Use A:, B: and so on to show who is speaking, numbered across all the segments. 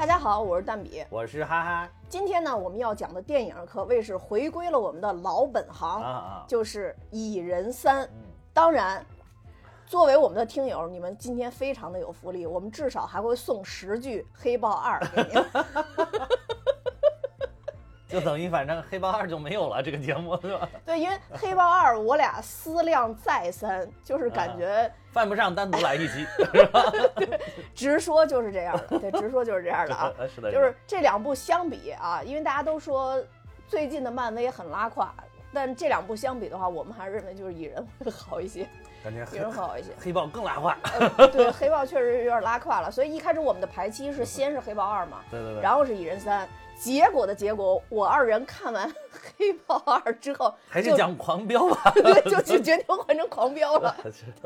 A: 大家好，我是蛋比，
B: 我是哈哈。
A: 今天呢，我们要讲的电影可谓是回归了我们的老本行，就是《蚁人3》。当然，作为我们的听友，你们今天非常的有福利，我们至少还会送10句《黑豹2》给您。
B: 就等于反正黑豹2就没有了这个节目是吧？
A: 对，因为黑豹2我俩思量再三，就是感觉
B: 犯不上单独来一期，是吧？
A: 对，直说就是这样的，对，直说就是这样的啊。
B: 是的，
A: 就是这两部相比啊，因为大家都说最近的漫威很拉胯，但这两部相比的话，我们还是认为就是蚁人会好一些。
B: 感觉
A: 蚁人好一些，
B: 黑豹更拉胯。
A: 对，黑豹确实有点拉胯了，所以一开始我们的排期是先是黑豹2嘛，
B: 对，
A: 然后是蚁人3。结果，我二人看完黑豹2之后，
B: 还是讲狂飙吧，
A: 对，就决定换成狂飙了。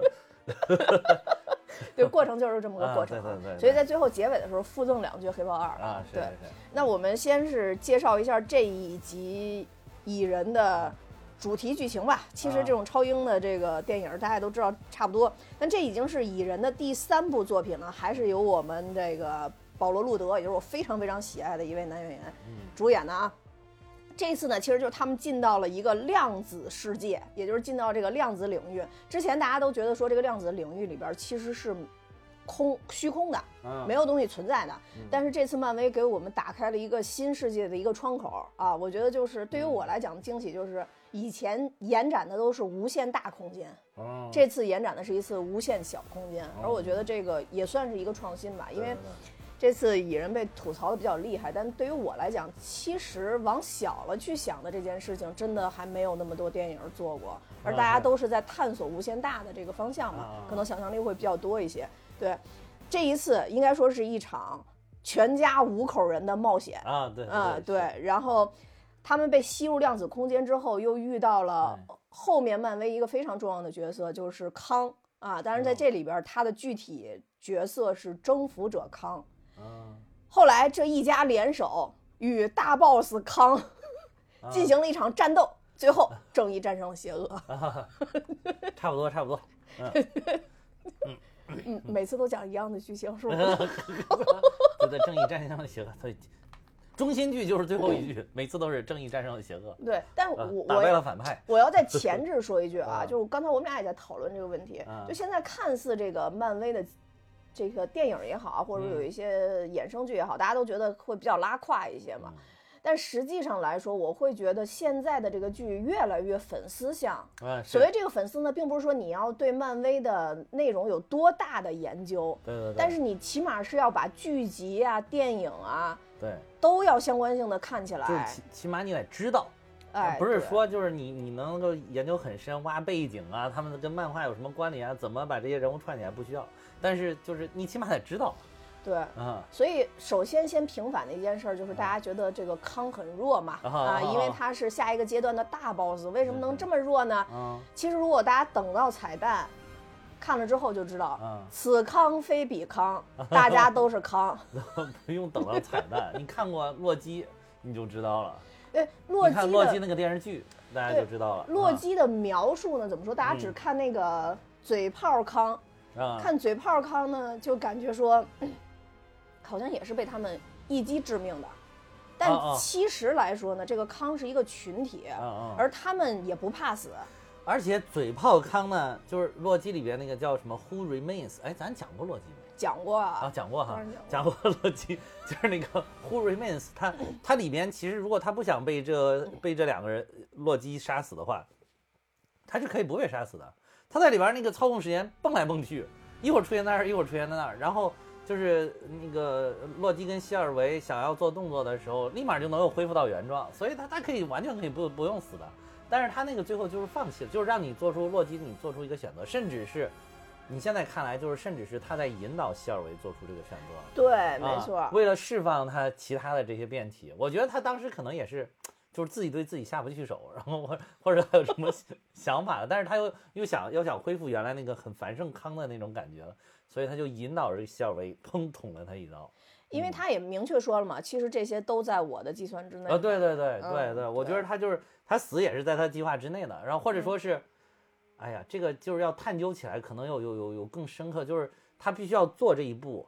A: 对，过程就是这么个过程。
B: 对。
A: 所以在最后结尾的时候附赠2句黑豹2
B: 啊。
A: 对，那我们先是介绍一下这一集蚁人的主题剧情吧。其实这种超英的这个电影大家都知道差不多，但这已经是蚁人的第3部作品了，还是由我们这个保罗·路德，也就是我非常非常喜爱的一位男演员主演的啊。这次呢，其实就是他们进到了一个量子世界，也就是进到这个量子领域。之前大家都觉得说这个量子领域里边其实是虚空的，没有东西存在的。但是这次漫威给我们打开了一个新世界的一个窗口啊！我觉得就是对于我来讲惊喜就是以前延展的都是无限大空间，这次延展的是一次无限小空间，而我觉得这个也算是一个创新吧，因为这次蚁人被吐槽的比较厉害，但对于我来讲，其实往小了去想的这件事情，真的还没有那么多电影做过，而大家都是在探索无限大的这个方向嘛，可能想象力会比较多一些。对，这一次应该说是一场全家5口人的冒险
B: 啊，
A: 对，然后他们被吸入量子空间之后，又遇到了后面漫威一个非常重要的角色，就是康啊，当然在这里边他的具体角色是征服者康。后来这一家联手与大 boss 康进行了一场战斗，最后正义战胜了邪恶。
B: 差不多。
A: 每次都讲一样的剧情，是不是？
B: 对，正义战胜了邪恶，所以中心句就是最后一句，每次都是正义战胜了邪恶。
A: 对，但我
B: 打败了反派。
A: 我要在前置说一句啊，就是刚才我们俩也在讨论这个问题，就现在看似这个漫威的这个电影也好，或者有一些衍生剧也好，大家都觉得会比较拉胯一些嘛。但实际上来说，我会觉得现在的这个剧越来越粉丝向。所谓这个粉丝呢，并不是说你要对漫威的内容有多大的研究，
B: 对，
A: 但是你起码是要把剧集啊、电影啊，
B: 对，
A: 都要相关性的看起来。
B: 就是起码你得知道。不是说就是你能够研究很深，挖背景啊，他们跟漫画有什么关联啊，怎么把这些人物串起来不需要，但是就是你起码得知道。
A: 对，所以首先平反的一件事就是大家觉得这个康很弱嘛，因为他是下一个阶段的大 boss， 为什么能这么弱呢？其实如果大家等到彩蛋看了之后就知道，此康非彼康，大家都是康。
B: 不用等到彩蛋，你看过洛基你就知道了。
A: 对，
B: 你看洛基那个电视剧，大家就知道了。
A: 洛基的描述呢，怎么说？大家只看那个嘴炮康，看嘴炮康呢，就感觉说。好像也是被他们一击致命的，但其实来说呢，这个康是一个群体，而他们也不怕死。
B: 而且嘴炮康呢，就是洛基里边那个叫什么 Who Remains， 哎，咱讲过洛基没？
A: 讲过啊，
B: 讲过哈，讲过洛基，就是那个 Who Remains， 他里边其实如果他不想被这2个人洛基杀死的话，他是可以不被杀死的。他在里边那个操控时间蹦来蹦去，一会儿出现在那儿，一会儿出现在那儿，然后。就是那个洛基跟希尔维想要做动作的时候，立马就能够恢复到原状，所以他可以完全可以不用死的，但是他那个最后就是放弃了，就是让你做出洛基你做出一个选择，甚至是你现在看来就是甚至是他在引导希尔维做出这个选择。
A: 对，没错，
B: 为了释放他其他的这些变体，我觉得他当时可能也是就是自己对自己下不去手，然后或者还有什么想法，但是他又想恢复原来那个很繁盛康的那种感觉了。所以他就引导着希尔维砰捅了他一刀，
A: 因为他也明确说了嘛，其实这些都在我的计算之内。
B: 对，我觉得他就是他死也是在他计划之内的，然后或者说是，哎呀，这个就是要探究起来，可能有更深刻，就是他必须要做这一步，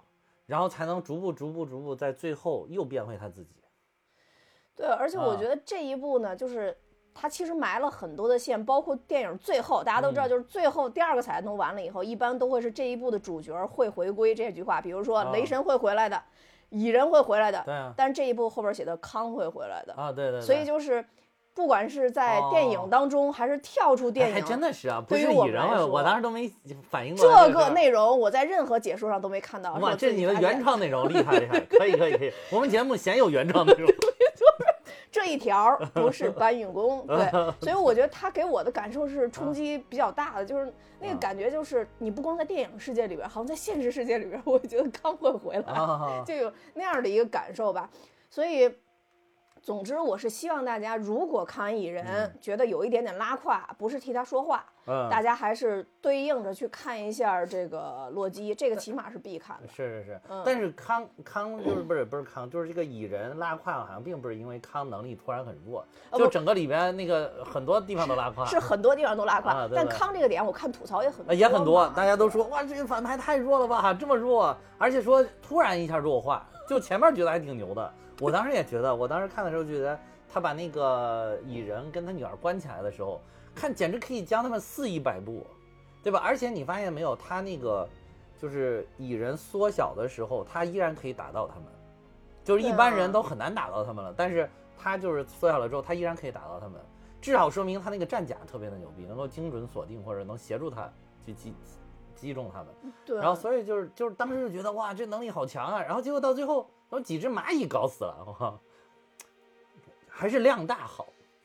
B: 然后才能逐步在最后又变回他自己。
A: 对，而且我觉得这一部呢，就是他其实埋了很多的线，包括电影最后大家都知道，就是最后第2个彩蛋通完了以后，一般都会是这一部的主角会回归这句话，比如说雷神会回来的，蚁人会回来的，
B: 对啊，
A: 但是这一部后边写的康会回来的
B: 啊，对，
A: 所以就是不管是在电影当中还是跳出电影，
B: 还真的是啊，不是蚁人，我当时都没反应过
A: 来
B: 这
A: 个内容，我在任何解说上都没看到。
B: 哇，这你的原创内容厉害，可以，我们节目鲜有原创内容。
A: 这一条不是搬运工，对，所以我觉得他给我的感受是冲击比较大的，就是那个感觉，就是你不光在电影世界里边，好像在现实世界里边，我觉得康会回来，就有那样的一个感受吧。所以，总之，我是希望大家如果看完蚁人觉得有一点点拉胯，不是替他说话，大家还是对应着去看一下这个洛基，这个起码是必看的。
B: 是，但是康就是不是康，就是这个蚁人拉胯，好像并不是因为康能力突然很弱，就整个里边那个很多地方都拉胯，
A: 是很多地方都拉胯，但康这个点我看吐槽也很
B: 多，大家都说哇，这个反派太弱了吧，这么弱，而且说突然一下弱化，就前面觉得还挺牛的。我当时也觉得，我当时看的时候觉得，他把那个蚁人跟他女儿关起来的时候，看简直可以将他们肆意摆布，对吧？而且你发现没有，他那个就是蚁人缩小的时候，他依然可以打到他们，就是一般人都很难打到他们了，但是他就是缩小了之后，他依然可以打到他们，至少说明他那个战甲特别的牛逼，能够精准锁定或者能协助他去击中他们。
A: 对。
B: 然后所以就是当时就觉得哇，这能力好强啊！然后结果到最后。有几只蚂蚁搞死了，哇，还是量大好，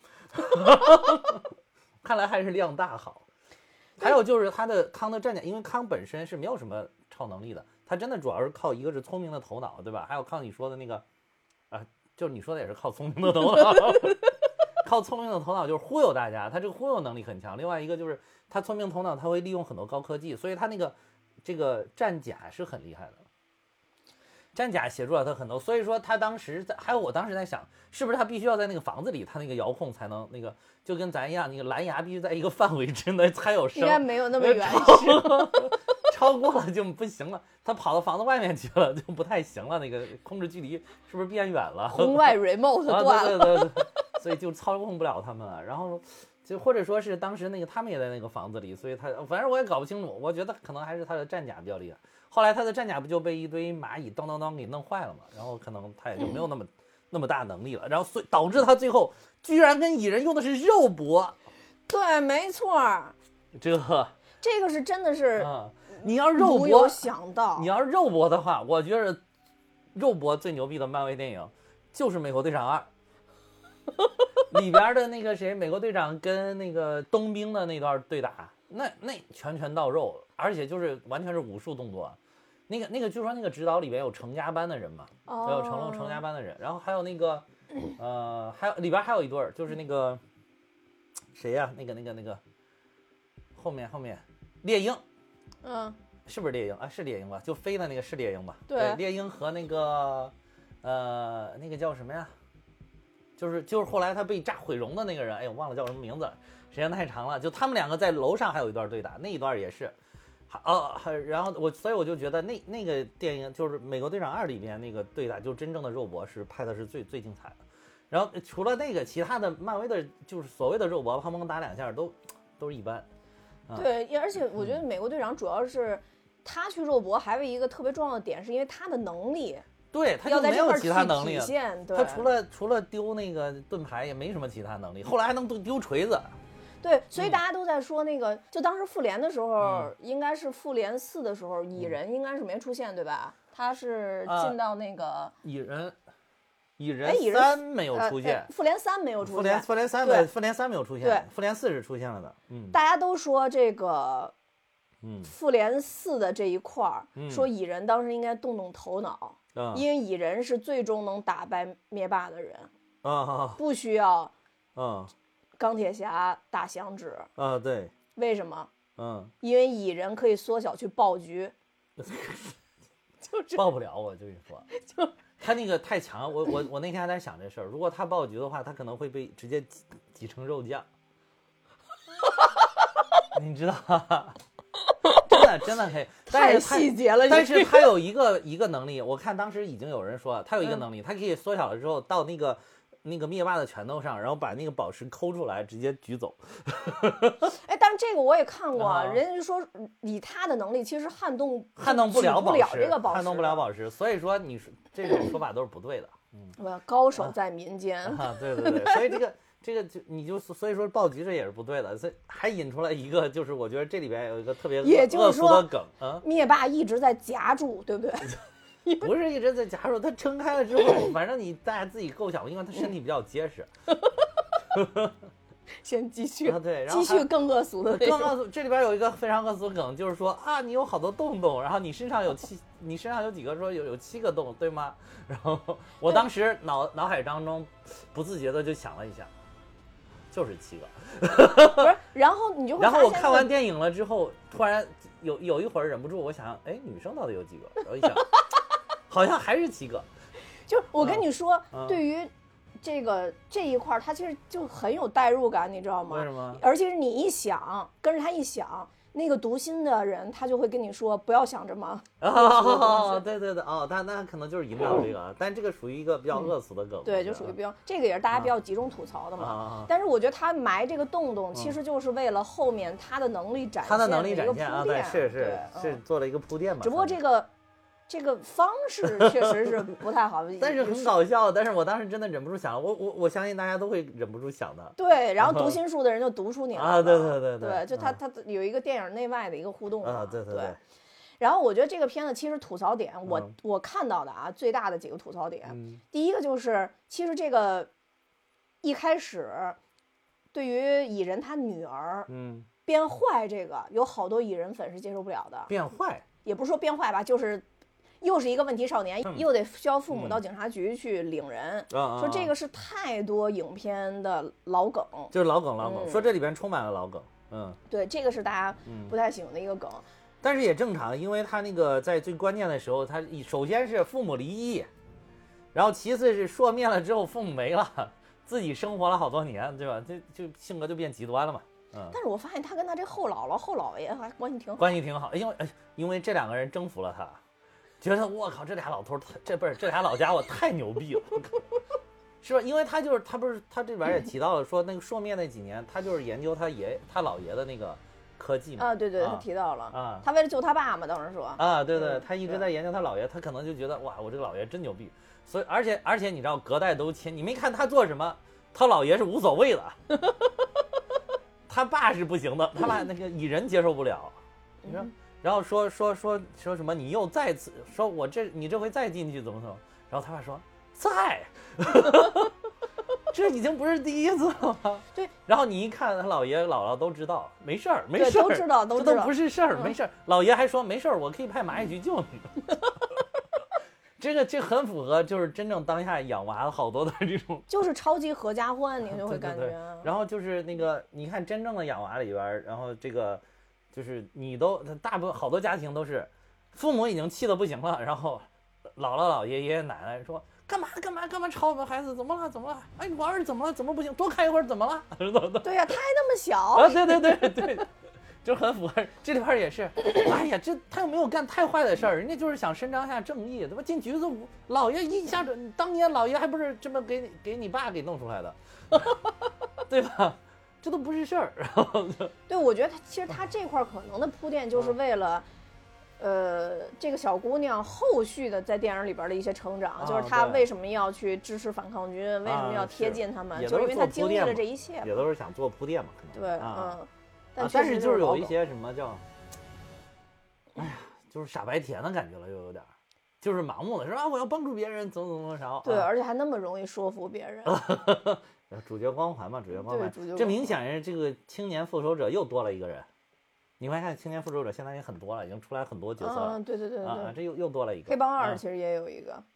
B: 看来还是量大好。还有就是他的康的战甲，因为康本身是没有什么超能力的，他真的主要是靠一个是聪明的头脑，对吧？还有靠你说的那个，就是你说的也是靠聪明的头脑，靠聪明的头脑就是忽悠大家，他这个忽悠能力很强。另外一个就是他聪明头脑，他会利用很多高科技，所以他那个这个战甲是很厉害的。战甲协助了他很多，所以说他当时还有我当时在想，是不是他必须要在那个房子里，他那个遥控才能那个，就跟咱一样，那个蓝牙必须在一个范围之内才有声，
A: 应该没有那么远，
B: 超过了就不行了，他跑到房子外面去了就不太行了，那个控制距离是不是变远了？
A: 红外 remote 断了，
B: 对，所以就操控不了他们了。然后就或者说是当时那个他们也在那个房子里，所以他反正我也搞不清楚，我觉得可能还是他的战甲比较厉害。后来他的战甲不就被一堆蚂蚁当给弄坏了嘛，然后可能他也就没有那么大能力了，然后所以导致他最后居然跟蚁人用的是肉搏。
A: 对，没错，
B: 这
A: 个是真的是，
B: 你要肉搏，
A: 有想到，
B: 你要肉搏的话，我觉得肉搏最牛逼的漫威电影就是《美国队长2》里边的那个谁，美国队长跟那个冬兵的那段对打，那拳到肉，而且就是完全是武术动作。那个据说那个指导里边有成家班的人嘛，有成龙成家班的人，然后还有那个还有里边还有一对儿，就是那个谁呀、那个后面猎鹰，是不是猎鹰啊？是猎鹰吧？就飞的那个是猎鹰吧？
A: 对，
B: 猎鹰和那个那个叫什么呀？就是后来他被炸毁容的那个人，哎，我忘了叫什么名字，时间太长了。就他们两个在楼上还有一段对打，那一段也是，然后所以我就觉得那个电影就是《美国队长2》里边那个对打，就真正的肉搏是拍的是最精彩的。然后除了那个，其他的漫威的，就是所谓的肉搏，砰砰打2下都是一般。
A: 对，而且我觉得美国队长主要是他去肉搏，还有一个特别重要的点，是因为他的能力。
B: 对，他就没有其他能力，
A: 他
B: 除了丢那个盾牌也没什么其他能力，后来还能丢锤子。
A: 对，所以大家都在说那个，就当时复联的时候，应该是复联4的时候，蚁人应该是没出现，对吧？他是进到那个
B: 蚁人3没有出现，
A: 复联3没有出现，
B: 复联3没有出现，对，复联4是出现了的。
A: 大家都说这个，复联4的这一块儿，说蚁人当时应该动头脑。因为蚁人是最终能打败灭霸的人，不需要，钢铁侠打响指，
B: 对，
A: 为什么？因为蚁人可以缩小去爆局，
B: 爆不了，我就跟你说，就他那个太强，我那天还在想这事儿，如果他爆局的话，他可能会被直接挤成肉酱，你知道吗？ 真的可以，
A: 太细节了。
B: 但是他有一个能力，我看当时已经有人说他有一个能力，他可以缩小了之后到那个灭霸的拳头上，然后把那个宝石抠出来直接举走。
A: 哎，但是这个我也看过，人家就说以他的能力，其实撼动
B: 不了宝石，
A: 这个宝石，
B: 撼动不了宝石，所以说你这种说法都是不对的。
A: 高手在民间
B: 对，所以这个就你就所以说暴击这也是不对的，所以还引出来一个，就是我觉得这里边有一个特别恶俗的梗啊，
A: 灭霸一直在夹住，对不对？
B: 不是一直在夹住，他撑开了之后，反正大家自己构想，因为他身体比较结实。
A: 先继续
B: 对，然
A: 后继续更恶俗的那种。
B: 更恶俗，这里边有一个非常恶俗梗，就是说啊，你有好多洞洞，然后你身上有几个，说有7个洞，对吗？然后我当时脑海当中不自觉的就想了一下，就是7个。
A: 不是，然后你就会
B: 然后我看完电影了之后，突然有一会儿忍不住，我想，哎，女生到底有几个？然后一想，好像还是7个。
A: 就我跟你说，对于这一块，它其实就很有代入感，你知道吗？
B: 为什么？
A: 而且是你一想，跟着他一想，那个读心的人，他就会跟你说，不要想这么。
B: 对，那可能就是引导这个，但这个属于一个比较恶俗的梗。
A: 对，就属于这个也是大家比较集中吐槽的嘛。但是我觉得他埋这个洞，其实就是为了后面他的能力展现。
B: 他的能力展
A: 现
B: 啊，对，是做了一个铺垫嘛。
A: 只不过这个方式确实是不太好，
B: 但是很搞笑。但是我当时真的忍不住想，我相信大家都会忍不住想的。
A: 对，然后读心术的人就读出你了
B: 啊，对，
A: 就他有一个电影内外的一个互动
B: 啊，对。
A: 然后我觉得这个片子其实吐槽点，我看到的啊，最大的几个吐槽点，第一个就是其实这个一开始对于蚁人他女儿变坏这个，有好多蚁人粉是接受不了的。
B: 变坏
A: 也不是说变坏吧，就是又是一个问题少年，又得需要父母到警察局去领人。说这个是太多影片的老梗，
B: 就是老梗，说这里边充满了老梗。
A: 对，这个是大家不太喜欢的一个梗。
B: 但是也正常，因为他那个在最关键的时候，他首先是父母离异，然后其次是硕灭了之后父母没了，自己生活了好多年，对吧？这就性格就变极端了嘛。
A: 但是我发现他跟他这后姥爷还关系挺好，
B: 因为这2个人征服了他，觉得我靠，这俩老头这俩老家伙太牛逼了，是吧？因为他不是他这边也提到了说那个硕灭那几年，他就是研究他老爷的那个科技嘛。
A: 对，他提到了他为了救他爸嘛，当时说
B: 对，他一直在研究他老爷，他可能就觉得哇，我这个老爷真牛逼，所以而且你知道隔代都亲，你没看他做什么，他老爷是无所谓的。他爸是不行的，他爸那个蚁人接受不了，你说，然后说什么你又再次说你这回再进去怎么，然后他爸说在，这已经不是第一次了吗？
A: 对，
B: 然后你一看他姥爷姥姥都知道，没事儿，
A: 都知道，
B: 这都不是事儿，没事儿，姥爷还说没事儿，我可以派蚂蚁去救你。这很符合，就是真正当下养娃的好多的这种，
A: 就是超级合家欢，你就会感觉。
B: 对。然后就是那个，你看真正的养娃里边，然后这个就是大部分好多家庭都是，父母已经气得不行了，然后姥姥姥爷爷爷奶奶说干嘛吵我们孩子，怎么了？哎，我儿子怎么了？怎么不行？多看一会儿怎么了？
A: 对呀，他还那么小
B: 啊！对。就很符合，这里边也是，哎呀，他又没有干太坏的事儿，人家就是想伸张一下正义，对吧？进局子舞，老爷一下子，当年老爷还不是这么给你爸给弄出来的，对吧？这都不是事儿。
A: 对，我觉得其实他这块可能的铺垫就是为了，这个小姑娘后续的在电影里边的一些成长，就是她为什么要去支持反抗军，为什么要贴近他们，就是因为她经历了这一切，
B: 也都是想做铺垫嘛，可能。
A: 对，
B: 但是就是有一些什么叫，哎呀，就是傻白甜的感觉了，又有点，就是盲目的是吧？我要帮助别人，怎么着？
A: 对，而且还那么容易说服别人。
B: 主角光环嘛，主角光环。这明显是这个青年复仇者又多了一个人。你快看，青年复仇者现在也很多了，已经出来很多角色了。
A: 对。
B: 这又多了一个。
A: 黑帮2其实也有一个。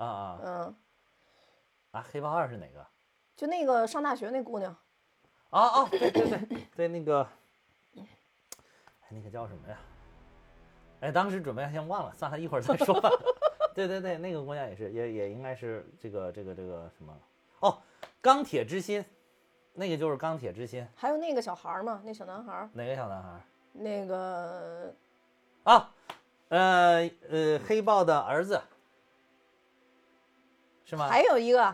B: 黑帮2是哪个？
A: 就那个上大学那姑娘。
B: 对，那个。那个叫什么呀？哎，当时准备先忘了，算了，一会儿再说吧。对，那个姑娘也是，也应该是这个什么？钢铁之心，那个就是钢铁之心。
A: 还有那个小孩嘛，那小男孩。
B: 哪个小男孩？
A: 那个
B: 啊，黑豹的儿子是吗？
A: 还有一个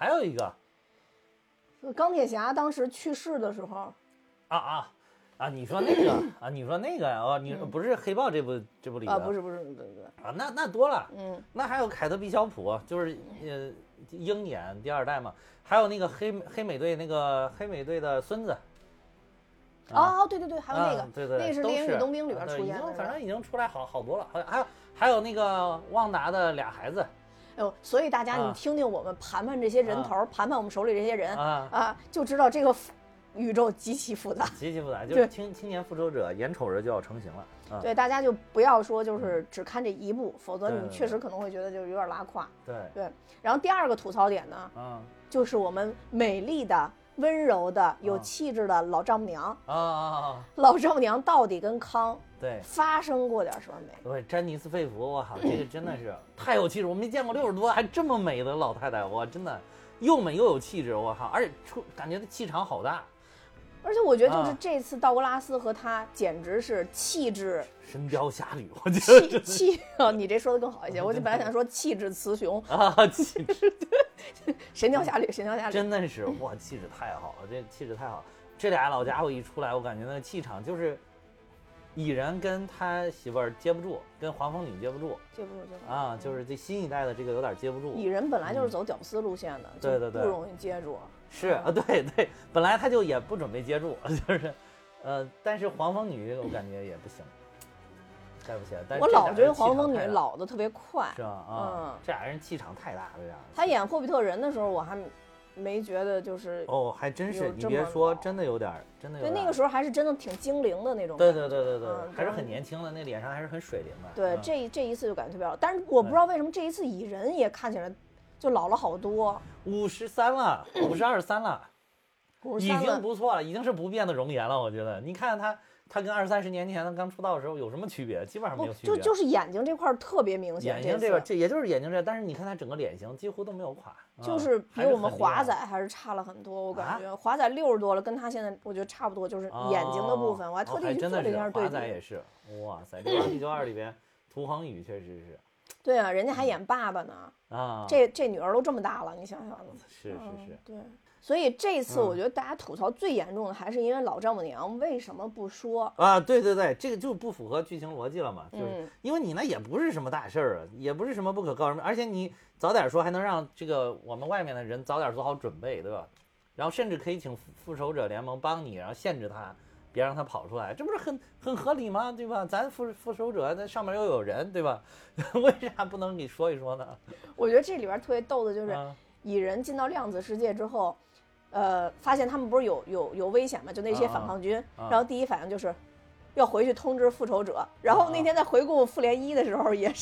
A: 钢铁侠当时去世的时候，
B: 你说那个啊，你说那个呀？哦，你不是黑豹这部里的
A: 不是，对
B: 啊，那多了，那还有凯特·毕晓普，就是鹰眼第2代嘛，还有那个黑美队的孙子。
A: 对，还有那个，
B: 对，
A: 那个是《猎鹰与冬兵》里边出现的，
B: 反正已经出来好多了，还有那个旺达的俩孩子。
A: 哎呦，所以大家你听听我们盘盘这些人头，盘盘我们手里这些人就知道这个宇宙极其复杂，
B: 就是青年复仇者眼瞅着就要成型了。
A: 对，大家就不要说就是只看这一部，否则你确实可能会觉得就有点拉胯。对，然后第2个吐槽点呢，就是我们美丽的、温柔的、有气质的老丈母娘老丈母娘到底跟康发生过点什么没？
B: 对，詹妮斯·费弗，我靠，这个真的是太有气质，我没见过60多还这么美的老太太，我真的又美又有气质，我靠，而且感觉气场好大。
A: 而且我觉得就是这次道格拉斯和他简直是气质
B: 神雕侠侣，我觉得
A: 你这说的更好一些，我就本来想说气质雌雄
B: 气质
A: 神雕侠侣
B: 真的是哇，气质太好了，这气质太好了，这俩老家伙一出来，我感觉那个气场就是蚁人跟他媳妇儿接不住，跟黄蜂女接不住啊，就是这新一代的这个有点接不住。
A: 蚁人本来就是走屌丝路线的，
B: 对，
A: 不容易接住。
B: 是对，本来他就也不准备接住，就是但是黄蜂女我感觉也不行，带不起来。但是
A: 我老觉得黄蜂女老的特别快，
B: 是吧？这俩人气场太大，这俩。
A: 他演霍比特人的时候，我还没觉得就是
B: 还真是，你别说，真的有点。
A: 对，那个时候还是真的挺精灵的那种。
B: 对，还是很年轻的，那脸上还是很水灵的。
A: 对，这一次就感觉特别好，但是我不知道为什么这一次蚁人也看起来就老了好多
B: ，53了，52、3了，已经不错了，已经是不变的容颜了。我觉得，你看他跟20-30年前他刚出道的时候有什么区别？基本上没有区别。
A: 就是眼睛这块特别明显。
B: 眼睛这个，也就是眼睛这，但是你看他整个脸型几乎都没有垮，
A: 就是比我们华仔还是差了很多。我感觉华仔60多了，跟他现在我觉得差不多，就是眼睛的部分，我还特地去做了一下对比。
B: 华仔也是，哇塞，《流浪地球2》里边，涂恒宇确实是。
A: 对啊，人家还演爸爸呢这女儿都这么大了，你想想。
B: 是，
A: 对。所以这次我觉得大家吐槽最严重的还是因为老丈母娘为什么不说
B: 对，这个就不符合剧情逻辑了嘛，就是因为你那也不是什么大事儿啊，也不是什么不可告人，而且你早点说还能让这个我们外面的人早点做好准备，对吧？然后甚至可以请复仇者联盟帮你，然后限制他，别让他跑出来，这不是很合理吗？对吧？咱复仇者那上面又有人，对吧？为啥不能给说一说呢？
A: 我觉得这里边特别逗的就是蚁人进到量子世界之后。发现他们不是有危险嘛？就那些反抗军，然后第一反应就是要回去通知复仇者。然后那天在回顾复联1的时候也是，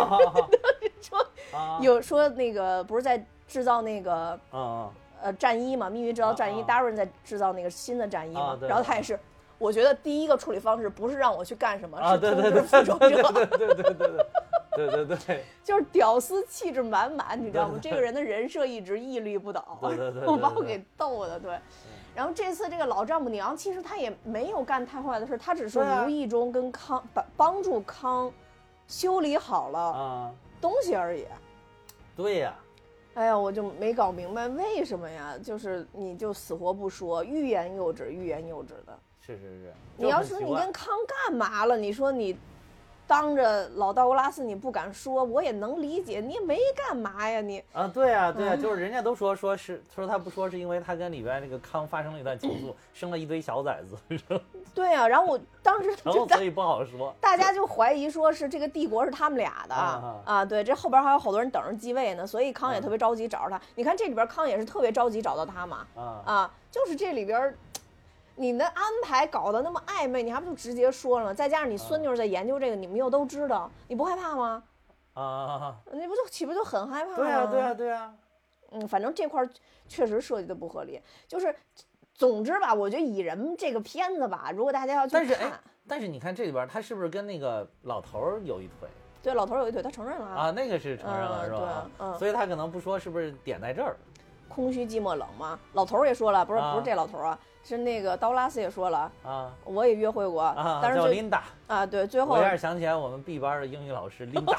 A: 说那个不是在制造那个战衣嘛？秘密制造战衣，Darren 在制造那个新的战衣嘛？然后他也是，我觉得第一个处理方式不是让我去干什么，是通知复仇者。对，就是屌丝气质满满，你知道吗？这个人的人设一直屹立不倒，我把我给逗的。对，然后这次这个老丈母娘其实她也没有干太坏的事，她只是无意中跟康帮助康修理好了东西而已。
B: 对呀。
A: 哎呀，我就没搞明白为什么呀？就是你就死活不说，欲言又止的。
B: 是。
A: 你要说你跟康干嘛了？你说你。当着老道格拉斯你不敢说，我也能理解，你也没干嘛呀你
B: 对啊，就是人家都说他不说是因为他跟里边那个康发生了一段情愫，生了一堆小崽子。
A: 对啊，然后我当时
B: 所以不好说，
A: 大家就怀疑说是这个帝国是他们俩的对，这后边还有好多人等着继位呢，所以康也特别着急找着他。你看这里边康也是特别着急找到他嘛就是这里边。你的安排搞得那么暧昧，你还不就直接说了吗？再加上你孙女在研究这个，你们又都知道，你不害怕吗？你岂不就很害怕吗？
B: 对啊。
A: 反正这块确实设计的不合理。就是总之吧，我觉得蚁人这个片子吧，如果大家要去看，
B: 但是你看这里边他是不是跟那个老头有一腿？
A: 对，老头有一腿，他承认了
B: 那个是承认了是吧？所以他可能不说是不是点在这儿。
A: 空虚寂寞冷吗？老头儿也说了，不是这老头儿啊，是那个道拉斯也说了
B: 啊，
A: 我也约会过
B: 啊，
A: 但是
B: 叫琳达
A: 啊，对，最后
B: 我一下想起来我们 B 班的英语老师琳达，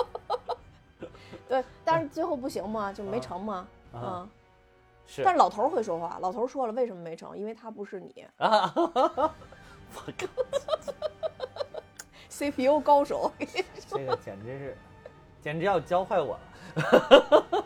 A: 对，但是最后不行嘛，就没成嘛，
B: 是，
A: 但是老头儿会说话，老头儿说了为什么没成，因为他不是你
B: 啊，我靠。
A: CPU 高手，
B: 这个简直要教坏我了。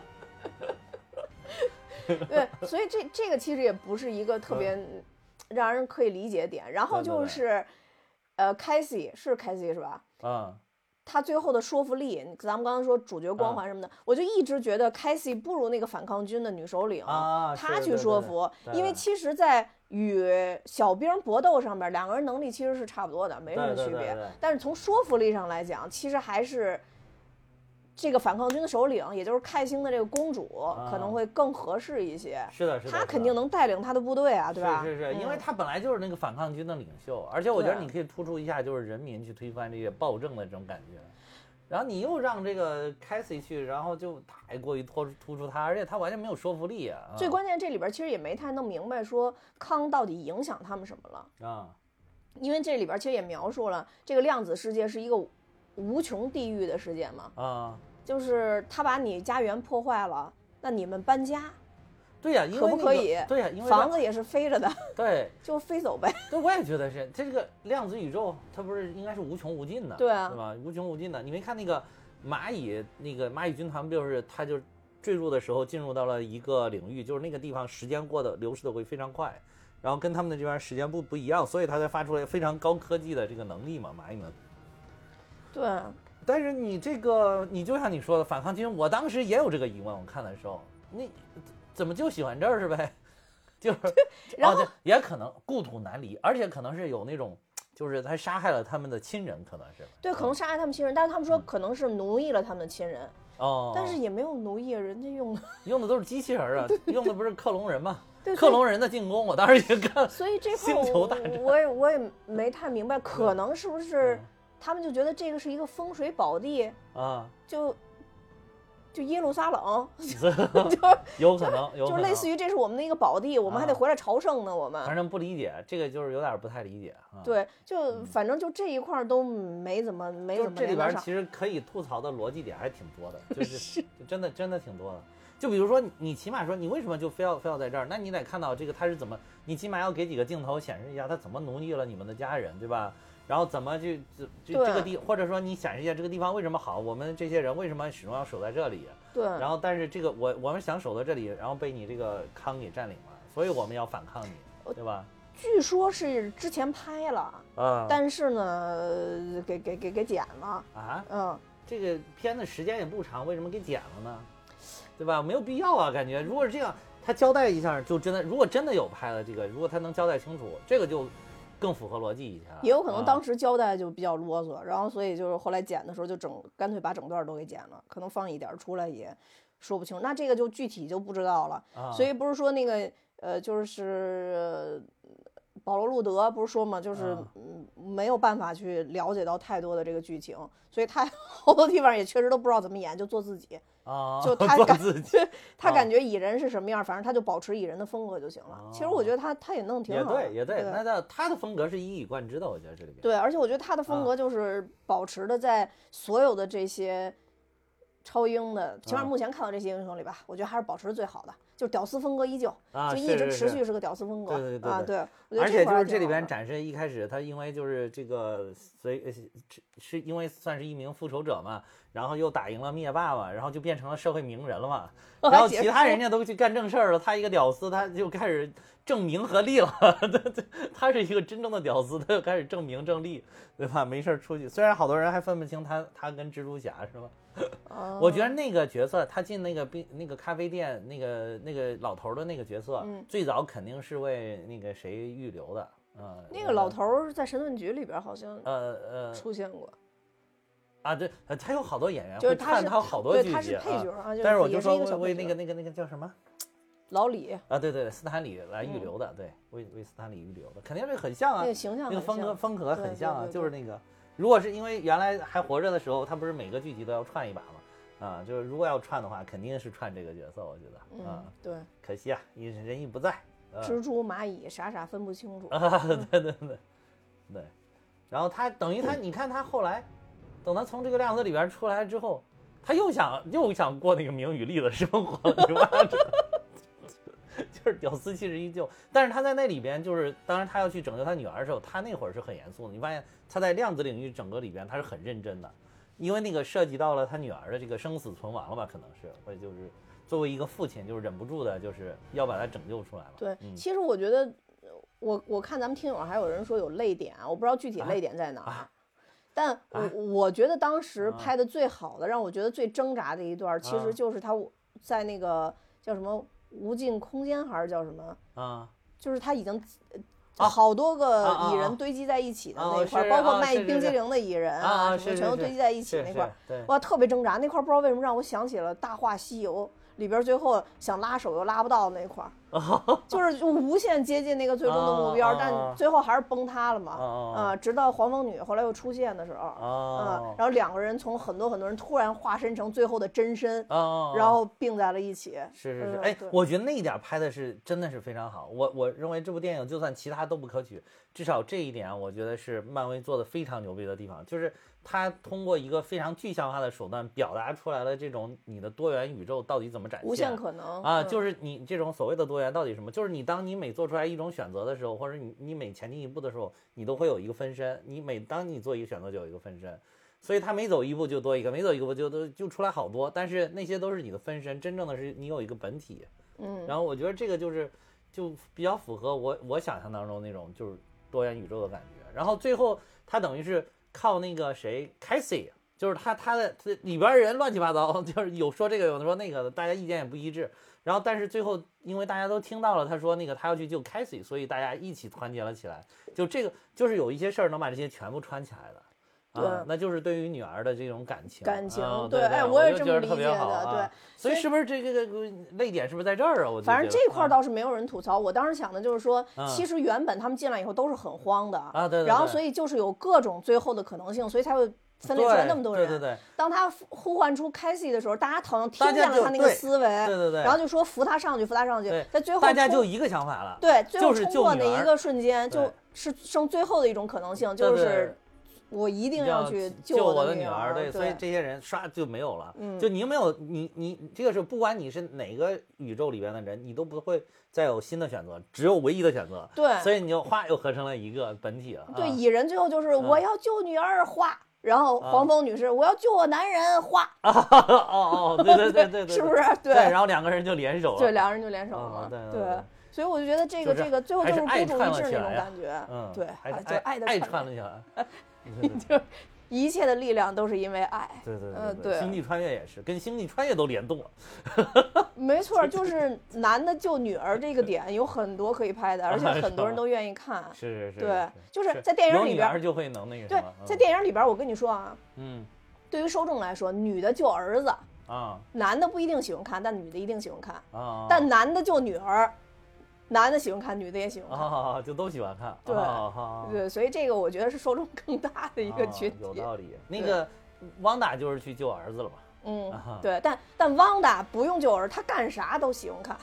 A: 对，所以这个其实也不是一个特别让人可以理解的点。然后就是，凯西是凯西是吧？他最后的说服力，咱们刚刚说主角光环什么的，我就一直觉得凯西不如那个反抗军的女首领，她去说服，因为其实，在与小兵搏斗上面，两个人能力其实是差不多的，没什么区别。但是从说服力上来讲，其实还是这个反抗军的首领，也就是凯星的这个公主，可能会更合适一些。
B: 是的，
A: 她肯定能带领她的部队啊，对吧？
B: 是，因为她本来就是那个反抗军的领袖，而且我觉得你可以突出一下，就是人民去推翻这些暴政的这种感觉。然后你又让这个凯西去，然后就太过于突出他，而且他完全没有说服力啊。
A: 最关键这里边其实也没太弄明白说康到底影响他们什么了啊。因为这里边其实也描述了这个量子世界是一个无穷地狱的世界嘛啊，就是他把你家园破坏了，那你们搬家。
B: 对呀，因为
A: 可不可以？
B: 对呀，因为
A: 房子也是飞着的，
B: 对，
A: 就飞走呗。
B: 对，我也觉得是这个量子宇宙，它不是应该是无穷无尽的，
A: 对啊，
B: 对吧？无穷无尽的。你没看那个蚂蚁军团，就是它就坠入的时候进入到了一个领域，就是那个地方时间流逝的会非常快，然后跟他们的这边时间不一样，所以它才发出来非常高科技的这个能力嘛，蚂蚁们。
A: 对。
B: 但是你这个，你就像你说的反抗军，我当时也有这个疑问，我看的时候，你。怎么就喜欢这儿是呗？就是，
A: 然后
B: 也可能故土难离，而且可能是有那种，就是他杀害了他们的亲人，可能是
A: 对，可能杀害他们亲人，但是他们说可能是奴役了他们的亲人哦，但是也没有奴役，人家
B: 用的都是机器人啊，用的不是克隆人吗？
A: 对，
B: 克隆人的进攻，我当时也看，
A: 所以这
B: 星球大战，
A: 我也没太明白，可能是不是他们就觉得这个是一个风水宝地啊，就耶路撒冷，就
B: 有可能，
A: 就类似于这是我们的一个宝地，我们还得回来朝圣呢。我们
B: 反正不理解，这个就是有点不太理解啊。
A: 对，就反正就这一块都没怎么
B: 这里边其实可以吐槽的逻辑点还挺多的，就是真的挺多的。就比如说你起码说你为什么就非要在这儿？那你得看到这个他是怎么，你起码要给几个镜头显示一下他怎么奴役了你们的家人，对吧？然后怎么去这个地，或者说你显示一下这个地方为什么好，我们这些人为什么始终要守在这里？
A: 对。
B: 然后但是这个我们想守在这里，然后被你这个康给占领了，所以我们要反抗你，对吧？
A: 据说是之前拍了啊，但是呢，给剪了
B: 啊。这个片子时间也不长，为什么给剪了呢？对吧？没有必要啊，感觉如果是这样，他交代一下就真的，如果真的有拍了这个，如果他能交代清楚，这个就。更符合逻辑一些，
A: 也有可能当时交代就比较啰嗦，然后所以就是后来剪的时候就干脆把整段都给剪了，可能放一点出来也说不清，那这个就具体就不知道了。所以不是说那个就是保罗·路德不是说嘛，就是没有办法去了解到太多的这个剧情，所以他好多地方也确实都不知道怎么演，就做自己。就他他感觉蚁人是什么样，反正他就保持蚁人的风格就行了。其实我觉得他也弄挺好的，
B: 也对，那他的风格是一以贯之的，我觉得这里边。
A: 对，而且我觉得他的风格就是保持的在所有的这些超英的，起码目前看到这些英雄里吧，我觉得还是保持最好的，就是屌丝风格依旧，就一直持续是个屌丝风格。对。
B: 而且就是这里边展示一开始他因为就是这个是因为算是一名复仇者嘛。然后又打赢了灭霸嘛，然后就变成了社会名人了嘛。然后其他人家都去干正事儿了，他一个屌丝，他就开始证明和利了。他是一个真正的屌丝，他就开始证明正利，对吧？没事出去，虽然好多人还分不清他跟蜘蛛侠是吧？我觉得那个角色，他进那个咖啡店，那个老头的那个角色，最早肯定是为那个谁预留的。
A: 那个老头在神盾局里边好像出现过。
B: 啊，对，他有好多演员，
A: 就是
B: 他好多剧集，
A: 他是配角啊。
B: 但是我就说为那个叫什么，
A: 老李
B: 啊，对，斯坦李来预留的，对，为斯坦李预留的，肯定是很像啊，
A: 那个形象，
B: 那个风格很像啊，就是那个，如果是因为原来还活着的时候，他不是每个剧集都要串一把吗？ 啊，就是如果要串的话，肯定是串这个角色，我觉得啊，
A: 对，
B: 可惜啊，人已不在。
A: 蜘蛛蚂蚁傻傻分不清楚
B: 啊，对，然后他等于他，你看他后来，等他从这个量子里边出来之后，他又想过那个名与利的生活了，是吧？就是屌丝气质依旧，但是他在那里边就是，当然他要去拯救他女儿的时候，他那会儿是很严肃的。你发现他在量子领域整个里边他是很认真的，因为那个涉及到了他女儿的这个生死存亡了吧，可能是，或者就是作为一个父亲，就是忍不住的，就是要把他拯救出来了。
A: 对，其实我觉得，我看咱们听友还有人说有泪点，我不知道具体泪点在哪儿。但我觉得当时拍的最好的，让我觉得最挣扎的一段，其实就是他在那个叫什么无尽空间还是叫什么啊？就是他已经好多个蚁人堆积在一起的那块，包括卖冰激凌的蚁人啊，什么全都堆积在一起那块，哇，特别挣扎。那块不知道为什么让我想起了《大话西游》里边最后想拉手又拉不到那块，就是无限接近那个最终的目标，但最后还是崩塌了嘛。直到黄蜂女后来又出现的时候，然后两个人从很多人突然化身成最后的真身，然后并在了一起。
B: 是，哎，我觉得那一点拍的是真的是非常好。我认为这部电影就算其他都不可取，至少这一点我觉得是漫威做的非常牛逼的地方，就是他通过一个非常具象化的手段表达出来了这种你的多元宇宙到底怎么展现，
A: 无限可能
B: 啊，就是你这种所谓的多元到底什么？就是当你每做出来一种选择的时候，或者你每前进一步的时候，你都会有一个分身。当你做一个选择就有一个分身，所以他每走一步就多一个，每走一个步就出来好多。但是那些都是你的分身，真正的是你有一个本体。然后我觉得这个就比较符合我想象当中那种就是多元宇宙的感觉。然后最后他等于是靠那个谁 Cassie， 就是他的里边人乱七八糟，就是有说这个有的说那个的，大家意见也不一致。然后但是最后因为大家都听到了他说那个他要去救 Cassie， 所以大家一起团结了起来。就这个就是有一些事儿能把这些全部串起来的。那就是对于女儿的这种感情，
A: 对，哎，我也这么理解
B: 的，
A: 对。
B: 所以是不是这个泪点是不是在这儿啊？我
A: 反正这块倒是没有人吐槽。我当时想的就是说，其实原本他们进来以后都是很慌的
B: 啊，对。
A: 然后所以就是有各种最后的可能性，所以才会分裂出来那么多人。
B: 对。
A: 当他呼唤出凯西的时候，大家好像听见了他那个思维，
B: 对。
A: 然后就说扶他上去，在最后
B: 大家就一个想法了，
A: 对，最后冲破那一个瞬间，就是剩最后的一种可能性，就是。我一定要去
B: 救我
A: 的
B: 女儿，对，所以这些人刷就没有了。就你没有你这个是不管你是哪个宇宙里边的人，你都不会再有新的选择，只有唯一的选择。
A: 对，
B: 所以你就又合成了一个本体了。
A: 对，蚁人最后就是我要救女儿然后黄蜂女士我要救我男人
B: 对，
A: 是不是？对，
B: 然后两个人就联手了。
A: 对，两个人就联手了。对。所以我就觉得这个最后就是孤注一掷那种感觉，对，就爱的
B: 串了起来，
A: 就一切的力量都是因为爱。
B: 对，星际穿越也是跟星际穿越都联动了。
A: 没错，就是男的救女儿这个点有很多可以拍的，而且很多人都愿意看。
B: 是。
A: 对，就是在电影里边
B: 就会能那个。
A: 对，在电影里边我跟你说啊，对于受众来说，女的救儿子男的不一定喜欢看，但女的一定喜欢看但男的救女儿。男的喜欢看，女的也喜欢看，
B: 就都喜欢看。
A: 对，所以这个我觉得是受众更大的一个群体。
B: 有道理。那个汪达就是去救儿子了嘛。
A: 对，但汪达不用救儿，他干啥都喜欢看。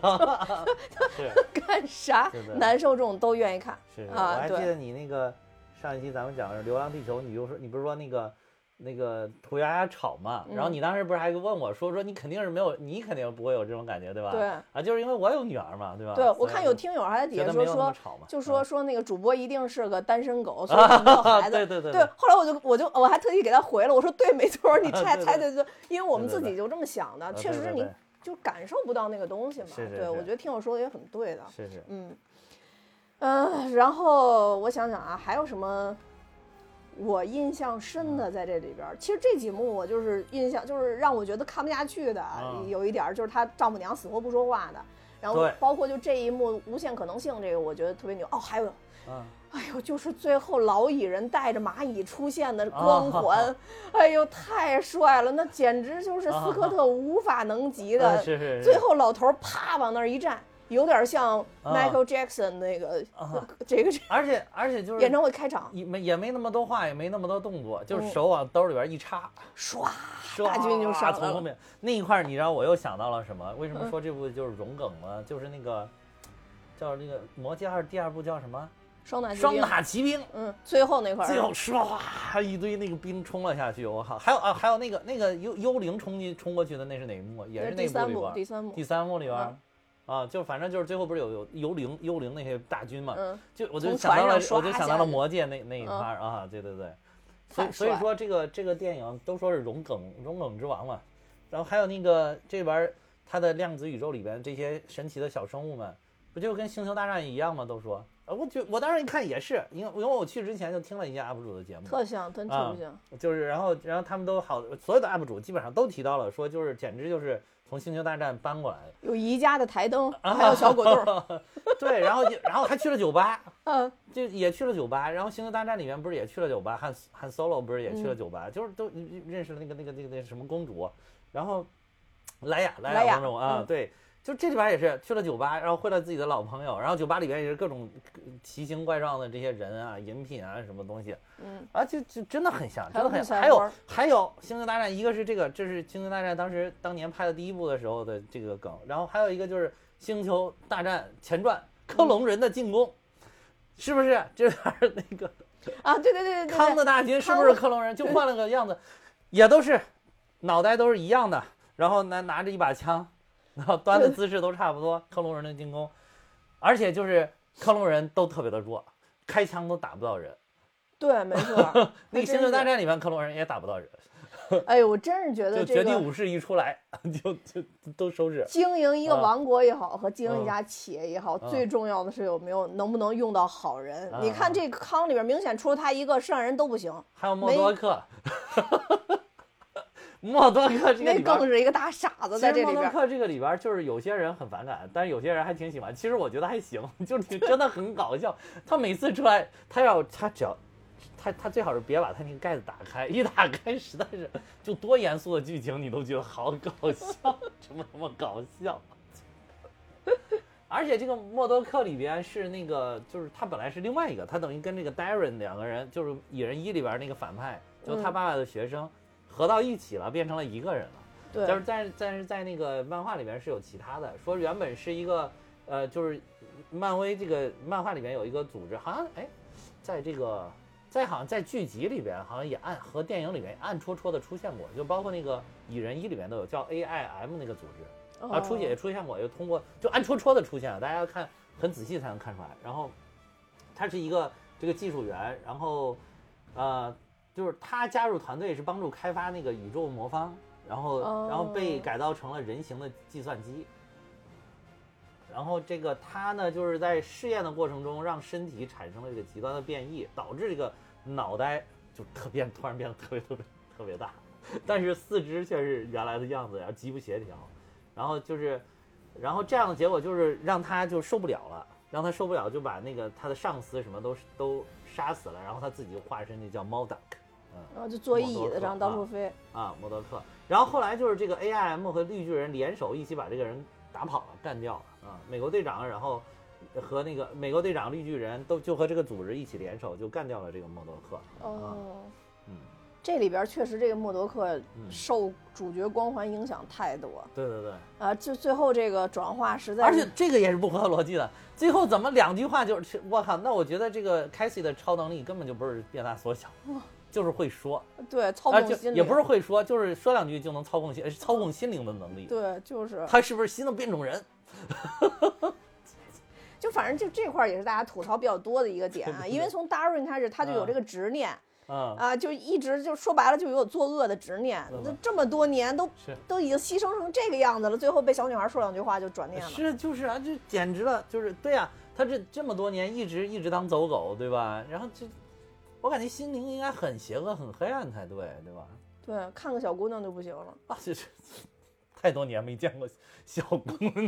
A: 干啥男受众都愿意看。
B: 是我还记得你那个上一期咱们讲的《流浪地球》，你不是说那个涂鸦鸦吵嘛，然后你当时不是还问我说你肯定不会有这种感觉对吧？
A: 对
B: 就是因为我有女儿嘛，对吧？
A: 对，我看有听友还在底下说那个主播一定是个单身狗，所以没有孩子。
B: 对。
A: 后来我还特地给他回了，我说对，没错，你猜对，因为我们自己就这么想的，确实你就感受不到那个东西嘛。对，我觉得听友说的也很对的。
B: 是。
A: 然后我想想啊，还有什么？我印象深的在这里边，其实这几幕我就是印象，就是让我觉得看不下去的，有一点就是她丈母娘死活不说话的，然后包括就这一幕无限可能性，这个我觉得特别牛。还有，哎呦，就是最后老蚁人带着蚂蚁出现的光环，哎呦，太帅了，那简直就是斯科特无法能及的。
B: 是。
A: 最后老头啪往那儿一站。 有点像 Michael Jackson 那个这个，
B: 而且就是
A: 演唱会开场
B: 也没那么多话，也没那么多动作，就是手往兜里边一插，
A: 唰，大军就上
B: 从后面那一块，你知道我又想到了什么？为什么说这部就是融梗呢？就是那个叫那个魔戒2第2部叫什么？双塔奇兵，
A: 最后那块，
B: 最后唰一堆那个兵冲了下去，我靠！还有那个幽灵冲过去的，那是哪一幕？也是那部里边，第三幕里边，就反正就是最后不是有幽灵那些大军嘛？我就想到了魔戒那一块啊，对，所以说这个电影都说是融梗之王嘛，然后还有那个这边它的量子宇宙里边这些神奇的小生物们，不就跟星球大战一样吗？都说。我当时一看也是，因为我去之前就听了一下 UP 主的节目，
A: 特像，真特不像。
B: 就是然后他们都好，所有的 UP 主基本上都提到了，说就是简直就是从星球大战搬过来，
A: 有宜家的台灯，还有小果冻。
B: 对，然后还去了酒吧，就也去了酒吧。然后星球大战里面不是也去了酒吧，汉 Solo 不是也去了酒吧，就是都认识了那个什么公主，然后莱雅公主啊，对。就这里边也是去了酒吧，然后会了自己的老朋友，然后酒吧里边也是各种奇形怪状的这些人啊、饮品啊什么东西，就真的很像，真的很像。还有《星球大战》，一个是这是《星球大战》当年拍的第1部的时候的这个梗，然后还有一个就是《星球大战前传》克隆人的进攻，是不是？这那个
A: 啊，对，
B: 康的大军是不是克隆人？就换了个样子，也都是脑袋都是一样的，然后拿着一把枪。然后端的姿势都差不多，克隆人的进攻，而且就是克隆人都特别的弱，开枪都打不到人。
A: 对，没错。
B: 那个星球大战里面克隆人也打不到人。
A: 哎呦，我真是觉得
B: 就绝地武士一出来就都收拾。
A: 经营一个王国也好，和经营一家企业也好，最重要的是能不能用到好人。你看这个康里边明显除了他一个，剩下人都不行。
B: 还有默多克。默多克这个
A: 那更是一个大傻子在这里边。
B: 默多克这个里边就是有些人很反感，但是有些人还挺喜欢。其实我觉得还行，就是真的很搞笑。他每次出来，他最好是别把他那个盖子打开，一打开实在是就多严肃的剧情你都觉得好搞笑，怎么那么搞笑？而且这个默多克里边是那个，就是他本来是另外一个，他等于跟这个 Darren 两个人，就是《蚁人1》里边那个反派，就他爸爸的学生。合到一起了，变成了一个人了。
A: 对，
B: 但是在那个漫画里面是有其他的，说原本是一个就是漫威这个漫画里面有一个组织，好像好像在剧集里边好像也和电影里面暗戳戳的出现过，就包括那个蚁人1里面都有叫 AIM 那个组织，也出现过，就通过就暗戳戳的出现了，大家要看很仔细才能看出来。然后他是一个这个技术员，然后就是他加入团队是帮助开发那个宇宙魔方，然后被改造成了人形的计算机。然后这个他呢，就是在试验的过程中，让身体产生了这个极端的变异，导致这个脑袋就突然变得特别大，但是四肢却是原来的样子，然后极不协调。然后这样的结果就是让他就受不了了，就把那个他的上司什么都杀死了，然后他自己就化身那叫猫达克。
A: 然后就坐一椅子上到处飞
B: 默多克。然后后来就是这个 AIM 和绿巨人联手一起把这个人打跑了，干掉了美国队长，然后和那个美国队长、绿巨人就和这个组织一起联手，就干掉了这个默多克。
A: 这里边确实这个默多克受主角光环影响太多。
B: 对。
A: 就最后这个转化实在，
B: 而且这个也是不合逻辑的。最后怎么2句话就是我靠？那我觉得这个 Cassie 的超能力根本就不是变大缩小。就是会说，
A: 对，操控心灵，
B: 也不是会说，就是说2句就能操控心灵的能力。
A: 对，就是
B: 他是不是新的变种人？
A: 就反正就这块也是大家吐槽比较多的一个点啊，因为从 Darren 开始他就有这个执念，就一直就说白了就有作恶的执念，这么多年都已经牺牲成这个样子了，最后被小女孩说2句话就转念了。
B: 就是啊，就简直了，就是对啊，他这么多年一直当走狗，对吧？然后我感觉心灵应该很邪恶、很黑暗才对，对吧？
A: 对，看个小姑娘就不行了
B: 啊！这太多年没见过小姑娘，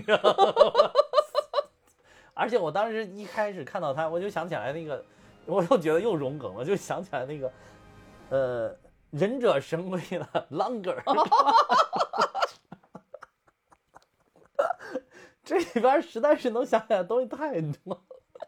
B: 而且我当时一开始看到她，我就想起来那个，我又觉得又融梗了，就想起来那个忍者神龟的 Longer， 这里边实在是能想起来的东西太多，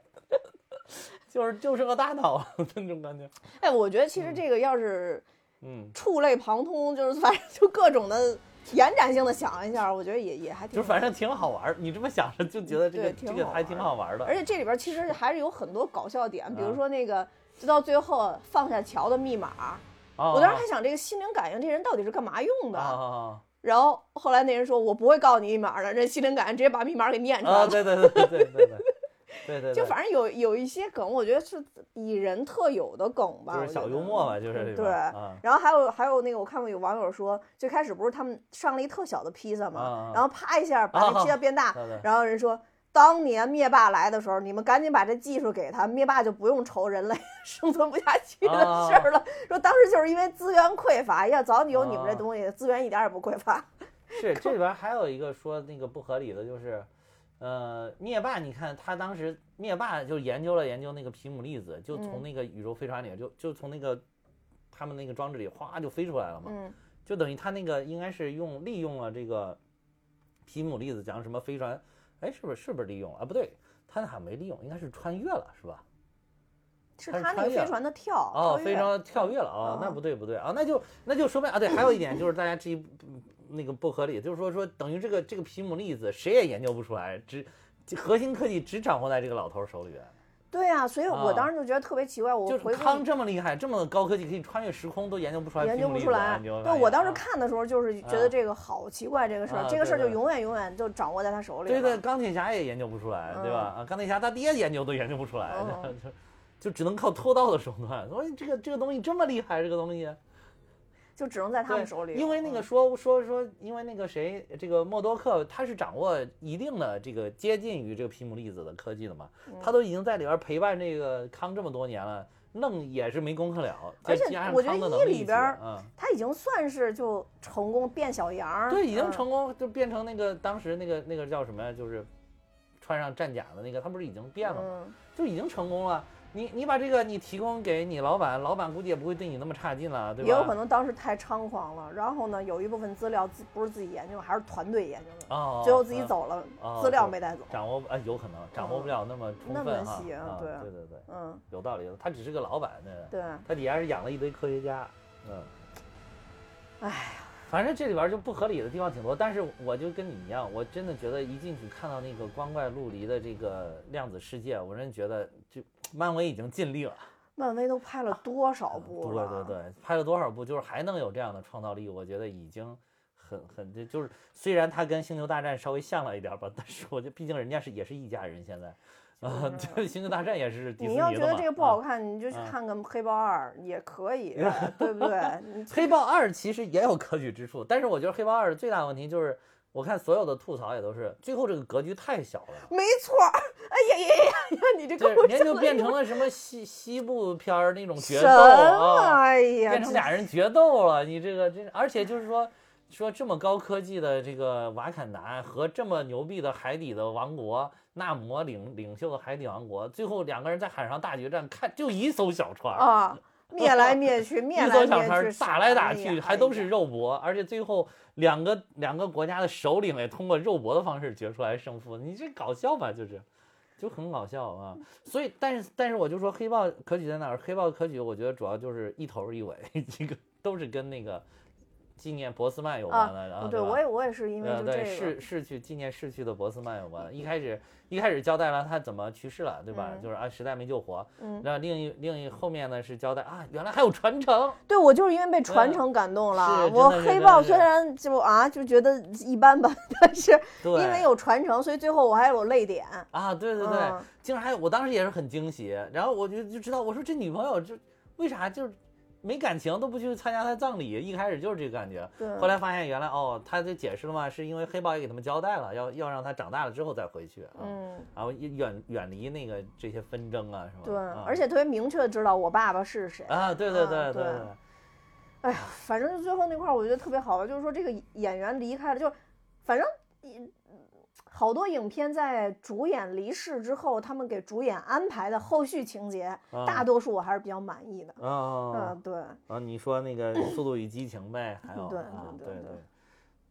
B: 就是个大脑那种感觉。
A: 哎，我觉得其实这个要是触类旁通，就是反正就各种的延展性的想一下，我觉得也还挺，
B: 就反正挺好玩。你这么想着就觉得这个还挺好玩的。
A: 而且这里边其实还是有很多搞笑点，比如说那个就到最后放下桥的密码，我当时还想这个心灵感应这人到底是干嘛用的。然后后来那人说：“我不会告诉你密码的。”这心灵感应直接把密码给念出来了。
B: 对，
A: 就反正有一些梗，我觉得是蚁人特有的梗吧，
B: 就是小幽默吧，就是
A: 对。然后还有那个，我看过有网友说，最开始不是他们上了一特小的披萨嘛，然后啪一下把那披萨变大，然后人说。当年灭霸来的时候，你们赶紧把这技术给他，灭霸就不用愁人类生存不下去的事儿了。说当时就是因为资源匮乏，要早有你们这东西，资源一点也不匮乏。
B: 是这里边还有一个说那个不合理的，就是，灭霸，你看他当时灭霸就研究那个皮姆粒子，就从那个宇宙飞船里就从那个他们那个装置里哗就飞出来了嘛，就等于他那个应该是利用了这个皮姆粒子，讲什么飞船。哎，是不是利用了啊？不对，他那还没利用，应该是穿越了，是吧？
A: 是他那个飞船的
B: 飞船跳跃了啊？那不对啊，那就说明啊，对，还有一点就是大家质疑那个不合理，就是说等于这个皮姆粒子谁也研究不出来，核心科技只掌握在这个老头手里边。
A: 对啊，所以我当时就觉得特别奇怪，
B: 就是康这么厉害，这么高科技可以穿越时空，都研究不出来。
A: 对，我当时看的时候就是觉得这个好奇怪，这个事儿，这个事儿就永远就掌握在他手里。
B: 对，钢铁侠也研究不出来，对吧？钢铁侠他爹研究都研究不出来，就只能靠偷盗的手段。所以这个东西这么厉害，这个东西。
A: 就只能在他们手里，
B: 因为那个说，因为那个谁，这个默多克他是掌握一定的这个接近于这个皮姆粒子的科技的嘛，他都已经在里边陪伴这个康这么多年了，弄也是没攻克了。
A: 而且我觉得里边，他已经算是就成功变小羊，
B: 对，已经成功就变成那个当时那个叫什么呀，就是穿上战甲的那个，他不是已经变了吗？就已经成功了。你把这个你提供给你老板估计也不会对你那么差劲了，对吧？
A: 也有可能当时太猖狂了，然后呢，有一部分资料不是自己研究，还是团队研究的，最后自己走了，资料没带走，
B: 掌握有可能掌握不了那么充分
A: 那么细啊，对，
B: 有道理，他只是个老板，
A: 对，
B: 他底下是养了一堆科学家，
A: 哎呀。
B: 反正这里边就不合理的地方挺多，但是我就跟你一样，我真的觉得一进去看到那个光怪陆离的这个量子世界，我真觉得就漫威已经尽力了。
A: 漫威都拍了多少部
B: 了？对，拍了多少部，就是还能有这样的创造力，我觉得已经很就是虽然它跟星球大战稍微像了一点吧，但是我觉得毕竟人家也是一家人现在。这星球大战也是迪士尼的嘛。
A: 你要觉得这个不好看，你就去看看黑豹2也可以，对不对？
B: 黑豹2其实也有可取之处，但是我觉得黑豹2最大的问题就是，我看所有的吐槽也都是最后这个格局太小了。
A: 没错，哎呀，你这个
B: 人家就变成了什么西部片那种决斗啊，
A: 哎呀，
B: 变成俩人决斗了。你这个而且就是说这么高科技的这个瓦坎达和这么牛逼的海底的王国。纳摩领袖的海底王国，最后两个人在海上大决战，看就一艘小船
A: 啊，灭来灭去，
B: 一艘小船打来打去，还都是肉搏，而且最后两个国家的首领也通过肉搏的方式决出来胜负，你这搞笑吧？就很搞笑啊！所以，但是我就说黑豹可取在哪儿？黑豹可取，我觉得主要就是一头一尾，这个都是跟那个。纪念博斯曼有关的，然后
A: 对我也是因为就这
B: 个纪念逝去的博斯曼有关。一开始交代了他怎么去世了，对吧？就是实在没救活。然后另一后面呢是交代原来还有传承。
A: 对，我就是因为被传承感动了。我黑豹虽然就觉得一般般，但是因为有传承，所以最后我还有泪点
B: 啊！对，竟然还有，我当时也是很惊喜。然后我就知道，我说这女朋友为啥就是。没感情都不去参加他葬礼，一开始就是这个感觉。
A: 对，
B: 后来发现原来他就解释了嘛，是因为黑豹也给他们交代了，要让他长大了之后再回去然后远离那个这些纷争啊，是吧？
A: 对，而且特别明确的知道我爸爸是谁
B: 啊！对。
A: 哎呀，反正最后那块我觉得特别好，就是说这个演员离开了，就反正好多影片在主演离世之后，他们给主演安排的后续情节，大多数我还是比较满意的。
B: 对。你说那个《速度与激情》呗，还有
A: 对。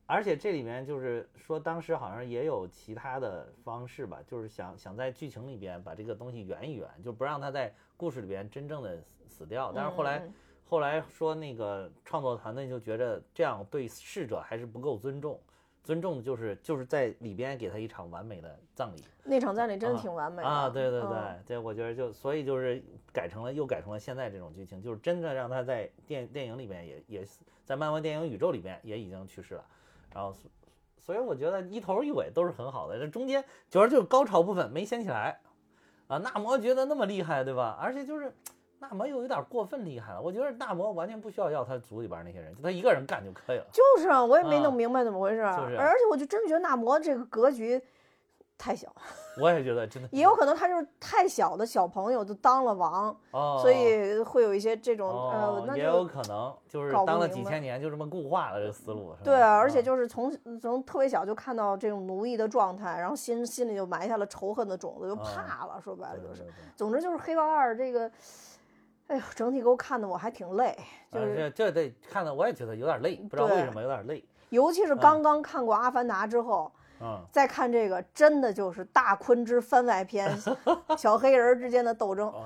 B: 而且这里面就是说，当时好像也有其他的方式吧，就是想在剧情里边把这个东西圆一圆，就不让他在故事里边真正的死掉。但是后来说那个创作团队就觉得这样对逝者还是不够尊重。尊重就是在里边给他一场完美的葬礼，
A: 那场葬礼真的挺完美的
B: 啊！对，我觉得所以就是又改成了现在这种剧情，就是真的让他在电影里面也在漫威电影宇宙里边也已经去世了，然后所以我觉得一头一尾都是很好的，这中间主要就是高潮部分没掀起来啊，纳摩觉得那么厉害，对吧？而且就是纳摩又有点过分厉害了，我觉得纳摩完全不需要他组里边那些人，就他一个人干就可以了。
A: 就是啊，我也没弄明白怎么回事，
B: 就是
A: 而且我就真的觉得纳摩这个格局太小。
B: 我也觉得真的
A: 也有可能他就是太小的小朋友就当了王，所以会有一些这种那
B: 也有可能就是当了几千年就这么固化了这个思路。
A: 对啊，而且就是从特别小就看到这种奴役的状态，然后心里就埋下了仇恨的种子，就怕了。说白了就是，总之就是黑豹2这个。哎呦，整体给我看的我还挺累，就是
B: 这得看的我也觉得有点累，不知道为什么有点累。
A: 尤其是刚刚看过《阿凡达》之后，再看这个，真的就是大昆之番外篇，小黑人之间的斗争，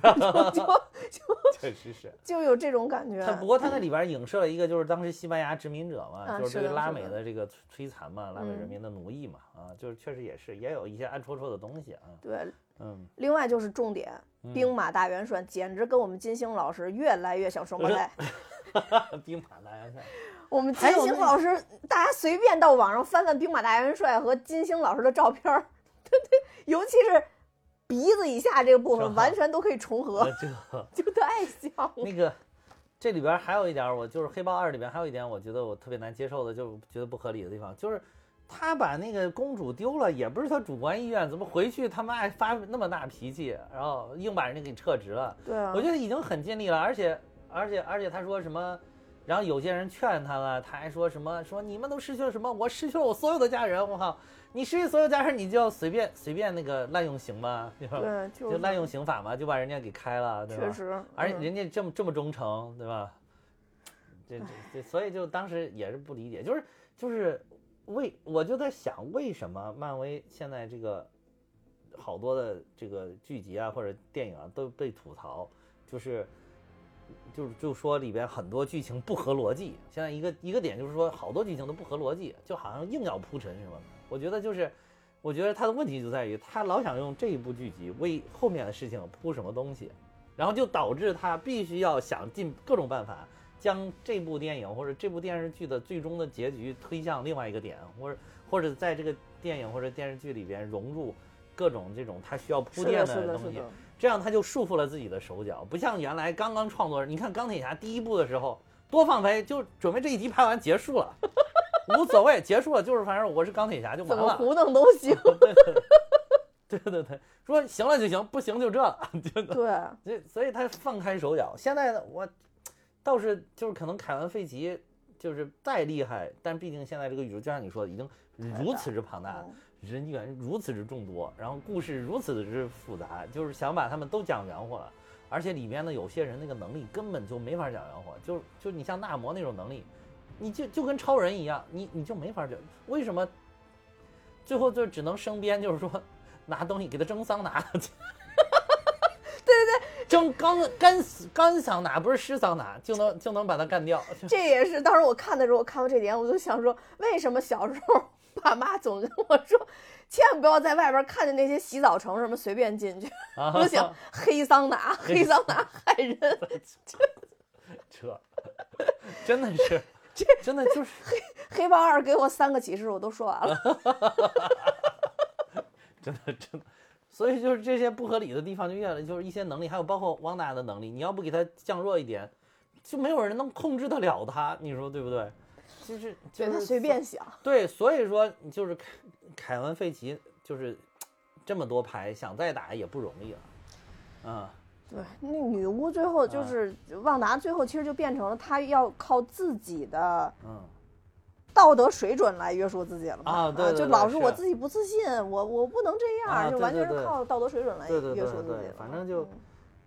B: 确实是，
A: 就有这种感觉。
B: 不过他那里边影射了一个，就是当时西班牙殖民者嘛，就是对拉美的这个摧残嘛，拉美人民的奴役嘛，就是确实也有一些暗戳戳的东西啊。
A: 对，另外就是重点，兵马大元帅简直跟我们金星老师越来越像双胞胎。
B: 兵马大元帅，
A: 我们金星老师，大家随便到网上翻翻兵马大元帅和金星老师的照片，对，尤其是鼻子以下这个部分，完全都可以重合，就太像了。
B: 那个，这里边还有一点，我就是黑豹2里边还有一点，我觉得我特别难接受的，就觉得不合理的地方，就是他把那个公主丢了，也不是他主观意愿，怎么回去他妈还发那么大脾气，然后硬把人家给撤职了？
A: 对啊，
B: 我觉得已经很尽力了，而且他说什么？然后有些人劝他了，他还说什么说你们都失去了什么？我失去了我所有的家人，我靠！你失去所有家人，你就要随便那个滥用刑吗？
A: 对，
B: 就滥用刑法嘛，就把人家给开了，对吧？
A: 确实，
B: 而且人家这么忠诚，对吧？这，所以就当时也是不理解，就是我就在想，为什么漫威现在这个好多的这个剧集啊或者电影啊都被吐槽，就说里边很多剧情不合逻辑。现在一个点就是说，好多剧情都不合逻辑，就好像硬要铺陈什么。我觉得他的问题就在于，他老想用这一部剧集为后面的事情铺什么东西，然后就导致他必须要想尽各种办法，将这部电影或者这部电视剧的最终的结局推向另外一个点，或者在这个电影或者电视剧里边融入各种这种他需要铺垫的东西。这样他就束缚了自己的手脚，不像原来刚刚创作。你看钢铁侠第一部的时候多放飞，就准备这一集拍完结束了，无所谓，结束了，就是反正我是钢铁侠就完了，
A: 怎么胡弄都行。
B: 对，说行了就行，不行就这了。
A: 对，
B: 所以他放开手脚。现在呢，我倒是就是可能凯文·费奇就是再厉害，但毕竟现在这个宇宙就像你说的，已经如此之庞大。人员如此之众多，然后故事如此之复杂，就是想把他们都讲圆乎了。而且里面的有些人那个能力根本就没法讲圆乎，就你像纳摩那种能力，你就跟超人一样，你就没法讲。为什么最后就只能生编，就是说拿东西给他蒸桑拿？
A: 对，
B: 蒸干桑拿，不是湿桑拿，就能把他干掉。
A: 这也是当时我看的时候，我看到这点，我就想说，为什么小时候爸妈总跟我说，千万不要在外边看见那些洗澡城什么随便进去。我就想，黑桑拿害人。
B: 这真的是，真的就是
A: 黑豹2给我3个启示，我都说完了。
B: 真的，所以就是这些不合理的地方，就是一些能力，还有包括汪达的能力，你要不给他降弱一点，就没有人能控制得了他，你说对不对？就是
A: 他随便想。对，
B: 所以说就是凯文·费奇就是这么多牌，想再打也不容易了。
A: 对，那女巫最后就是旺达，最后其实就变成了他要靠自己的道德水准来约束自己了嘛。
B: 对，
A: 就老是我自己不自信，我不能这样，就完全是靠道德水准来约束自己。
B: 反正就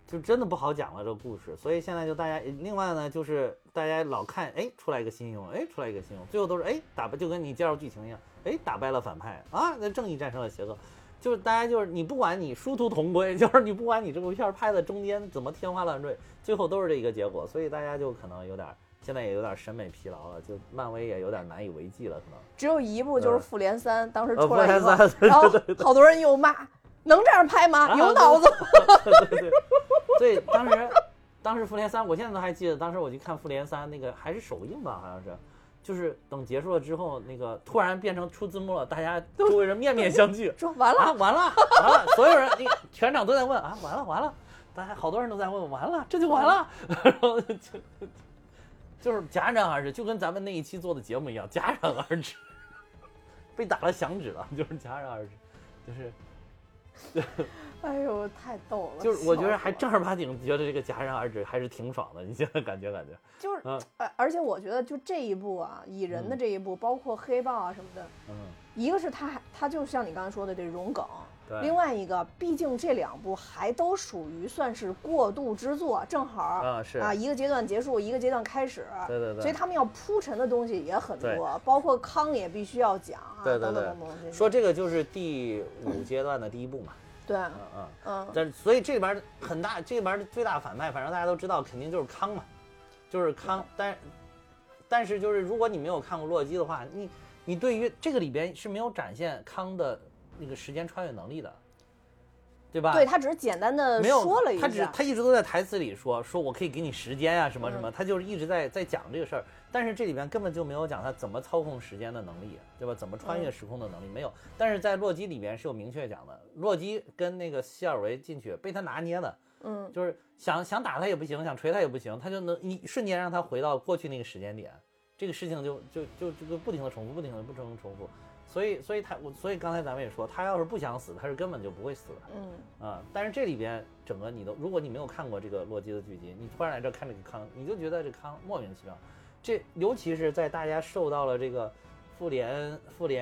B: 就真的不好讲了这个故事。所以现在就大家，另外呢就是大家老看，哎，出来一个新英雄，哎，出来一个新英雄，最后都是哎就跟你介绍剧情一样，哎，打败了反派啊，那正义战胜了邪恶。就是大家就是你不管你殊途同归，就是你不管你这部片拍的中间怎么天花乱坠，最后都是这一个结果。所以大家就可能有点现在也有点审美疲劳了，就漫威也有点难以为继了，可能
A: 只有一部就是复联3，当时出来以后，
B: 然
A: 后好多人又骂，能这样拍吗？有脑子。
B: 对，所以当时复联3，我现在都还记得，当时我去看复联3，那个还是首映吧，好像是。就是等结束了之后，那个突然变成出字幕了，大家周围人面面相觑，
A: 说完了
B: 啊，完了，所有人全场都在问啊，完了，大家好多人都在问，完了，这就完了，然后就是戛然而止，就跟咱们那一期做的节目一样，戛然而止，被打了响指了，就是戛然而止，就是。
A: 哎呦，太逗了！
B: 就是我觉得还正儿八经觉得这个戛然而止还是挺爽的。你现在感觉
A: 就是，而且我觉得就这一部啊，蚁人的这一部，包括黑豹啊什么的，一个是他就像你刚才说的这融梗，另外一个，毕竟这2部还都属于算是过渡之作，正好一个阶段结束，一个阶段开始，
B: 对，
A: 所以他们要铺陈的东西也很多，包括康也必须要讲啊，
B: 对，
A: 等等。
B: 说这个就是第5阶段的第1部嘛。
A: 对，
B: 但所以这里边这里边最大反派，反正大家都知道，肯定就是康嘛，就是康。但是就是如果你没有看过洛基的话，你对于这个里边是没有展现康的那个时间穿越能力的，对吧？
A: 对，他只是简单的说了一下，
B: 他一直都在台词里说我可以给你时间啊什么什么，他就是一直在讲这个事儿。但是这里边根本就没有讲他怎么操控时间的能力，对吧？怎么穿越时空的能力没有。但是在洛基里边是有明确讲的，洛基跟那个希尔维进去被他拿捏的，就是想打他也不行，想锤他也不行，他就能一瞬间让他回到过去那个时间点，这个事情就这个不停的重复，不停的重复。所以刚才咱们也说，他要是不想死，他是根本就不会死的。但是这里边整个如果你没有看过这个洛基的剧集，你突然来这看这个康，你就觉得这康莫名其妙。这尤其是在大家受到了这个复联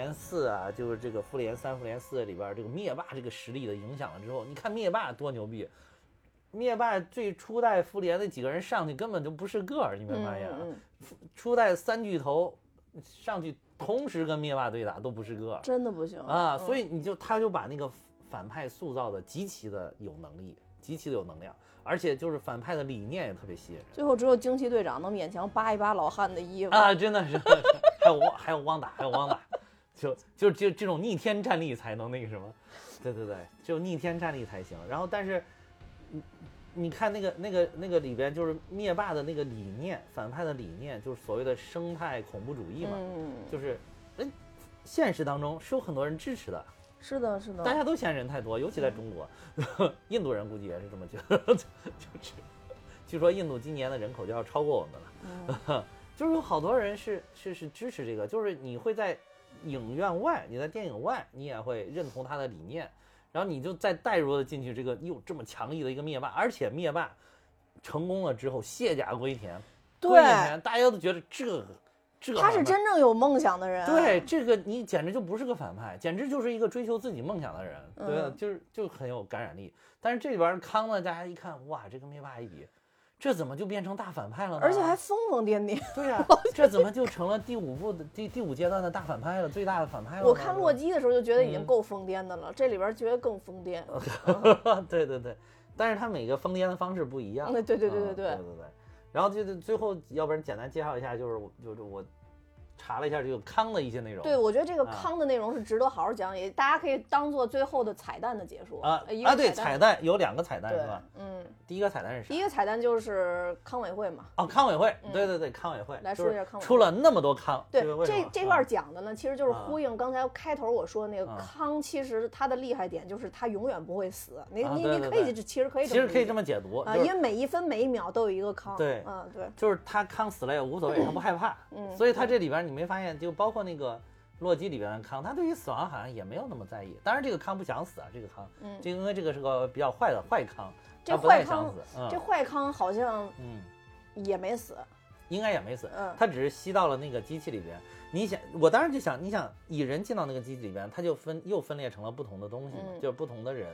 B: 4啊，就是这个复联3、复联4里边这个灭霸这个实力的影响了之后，你看灭霸多牛逼！灭霸最初代复联那几个人上去根本就不是个儿，你没发现啊？初代3巨头上去同时跟灭霸对打都不是个儿，
A: 真的不行
B: 啊！所以他就把那个反派塑造的极其的有能力，极其的有能量。而且就是反派的理念也特别吸引人，
A: 最后只有惊奇队长能勉强扒一扒老汉的衣服
B: 啊！真的是，还有汪达，就这种逆天战力才能那个什么，对，只有逆天战力才行。然后但是你看那个里边就是灭霸的那个理念，反派的理念就是所谓的生态恐怖主义嘛，就是现实当中是有很多人支持的。
A: 是的，
B: 大家都嫌人太多，尤其在中国，印度人估计也是这么觉得。据说印度今年的人口就要超过我们了，就是有好多人是支持这个，就是你会在影院外，你在电影外，你也会认同他的理念，然后你就再带入的进去这个又这么强力的一个灭霸，而且灭霸成功了之后卸甲归田，
A: 对，
B: 大家都觉得
A: 他是真正有梦想的人，
B: 对，这个你简直就不是个反派，简直就是一个追求自己梦想的人，对，就很有感染力。但是这里边康呢，大家一看，哇，这跟灭霸一比，这怎么就变成大反派了呢？
A: 而且还疯疯癫癫。
B: 对呀，这怎么就成了第5部的第5阶段的大反派了，最大的反派了？
A: 我看洛基的时候就觉得已经够疯癫的了，这里边觉得更疯癫。
B: 对，但是他每个疯癫的方式不一样。
A: 对。
B: 然后就最后，要不然简单介绍一下，就是我查了一下这个康的一些内容。
A: 对，我觉得这个康的内容是值得好好讲，也大家可以当做最后的彩蛋的结束
B: 对，彩蛋有2个彩蛋是吧？第一个彩蛋是啥？
A: 第一个彩蛋就是康委会嘛。
B: 康委会，对，康委会。
A: 来说一下康委会。
B: 出了那么多康。
A: 对，这段讲的呢，其实就是呼应刚才开头我说的那个康，其实他的厉害点就是他永远不会死。你可以其实可以
B: 这么解读
A: 啊，因为每一分每一秒都有一个康。
B: 对，
A: 对，
B: 就是他康死了也无所谓，他不害怕。所以他这里边你没发现，就包括那个洛基里边的康，他对于死亡好像也没有那么在意。当然这个康不想死啊，这个康，就因为这个是个比较坏康。
A: 这坏康好像也没死，
B: 应该也没死，他只是吸到了那个机器里边。你想，我当时就想，你想蚁人进到那个机器里边，他就又分裂成了不同的东西嘛，就是不同的人，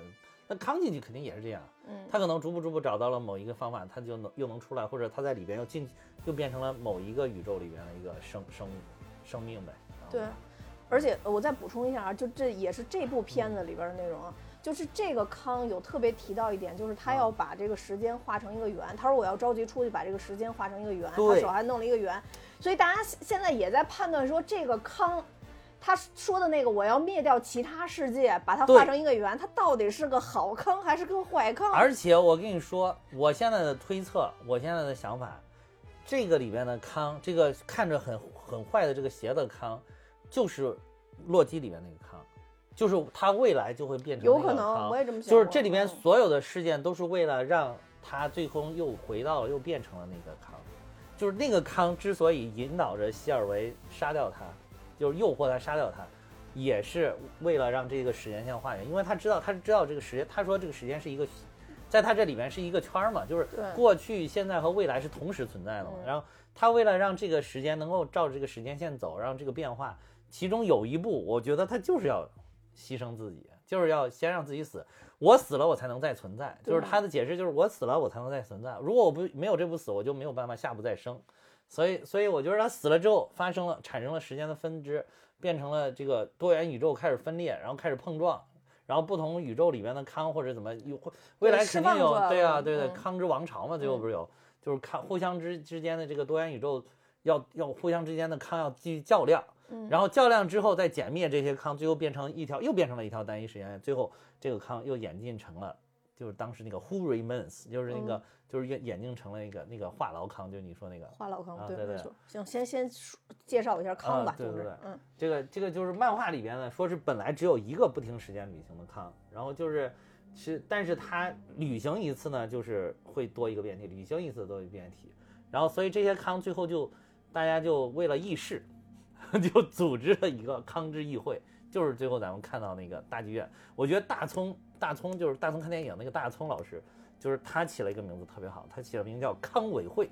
B: 那康进去肯定也是这样，他可能逐步找到了某一个方法，他就又能出来，或者他在里边又变成了某一个宇宙里边的一个生命呗。
A: 对，而且我再补充一下啊，就这也是这部片子里边的内容啊。就是这个康有特别提到一点，就是他要把这个时间画成一个圆。他说我要着急出去把这个时间画成一个圆，他手还弄了一个圆。所以大家现在也在判断说，这个康他说的那个我要灭掉其他世界，把它画成一个圆，他到底是个好康还是个坏康？
B: 而且我跟你说，我现在的推测，我现在的想法，这个里边的康，这个看着很坏的这个邪的康，就是洛基里面那个康。就是他未来就会变成
A: 有可能，我也这么想。
B: 就是这里面所有的事件都是为了让他最后又变成了那个康，就是那个康之所以引导着希尔维杀掉他，就是诱惑他杀掉他，也是为了让这个时间线画圆，因为他知道这个时间，他说这个时间是一个，在他这里面是一个圈嘛，就是过去、现在和未来是同时存在的嘛。然后他为了让这个时间能够照这个时间线走，让这个变化，其中有一步，我觉得他就是要牺牲自己，就是要先让自己死，我死了我才能再存在，就是他的解释就是我死了我才能再存在，如果我没有这步死，我就没有办法下步再生，所以我觉得他死了之后产生了时间的分支，变成了这个多元宇宙开始分裂，然后开始碰撞，然后不同宇宙里面的康或者怎么未来肯定有对康之王朝嘛，最后不是有就是互相之间的这个多元宇宙要互相之间的康要继续较量。然后较量之后再歼灭这些康，最后又变成了一条单一时间线，最后这个康又演进成了，就是当时那个 Who Remains， 就是那个、就是演进成了那个话痨康，就你说那个
A: 话痨康，
B: 对，
A: 没错。行，先介绍一下康吧，
B: 对，这个就是漫画里边呢，说是本来只有一个不停时间旅行的康，然后但是他旅行一次呢，就是会多一个变体，旅行一次多一个变体，然后所以这些康最后大家就为了议事。就组织了一个康之议会，就是最后咱们看到那个大剧院。我觉得大葱就是大葱看电影那个大葱老师，就是他起了一个名字特别好，他起了名叫康委会，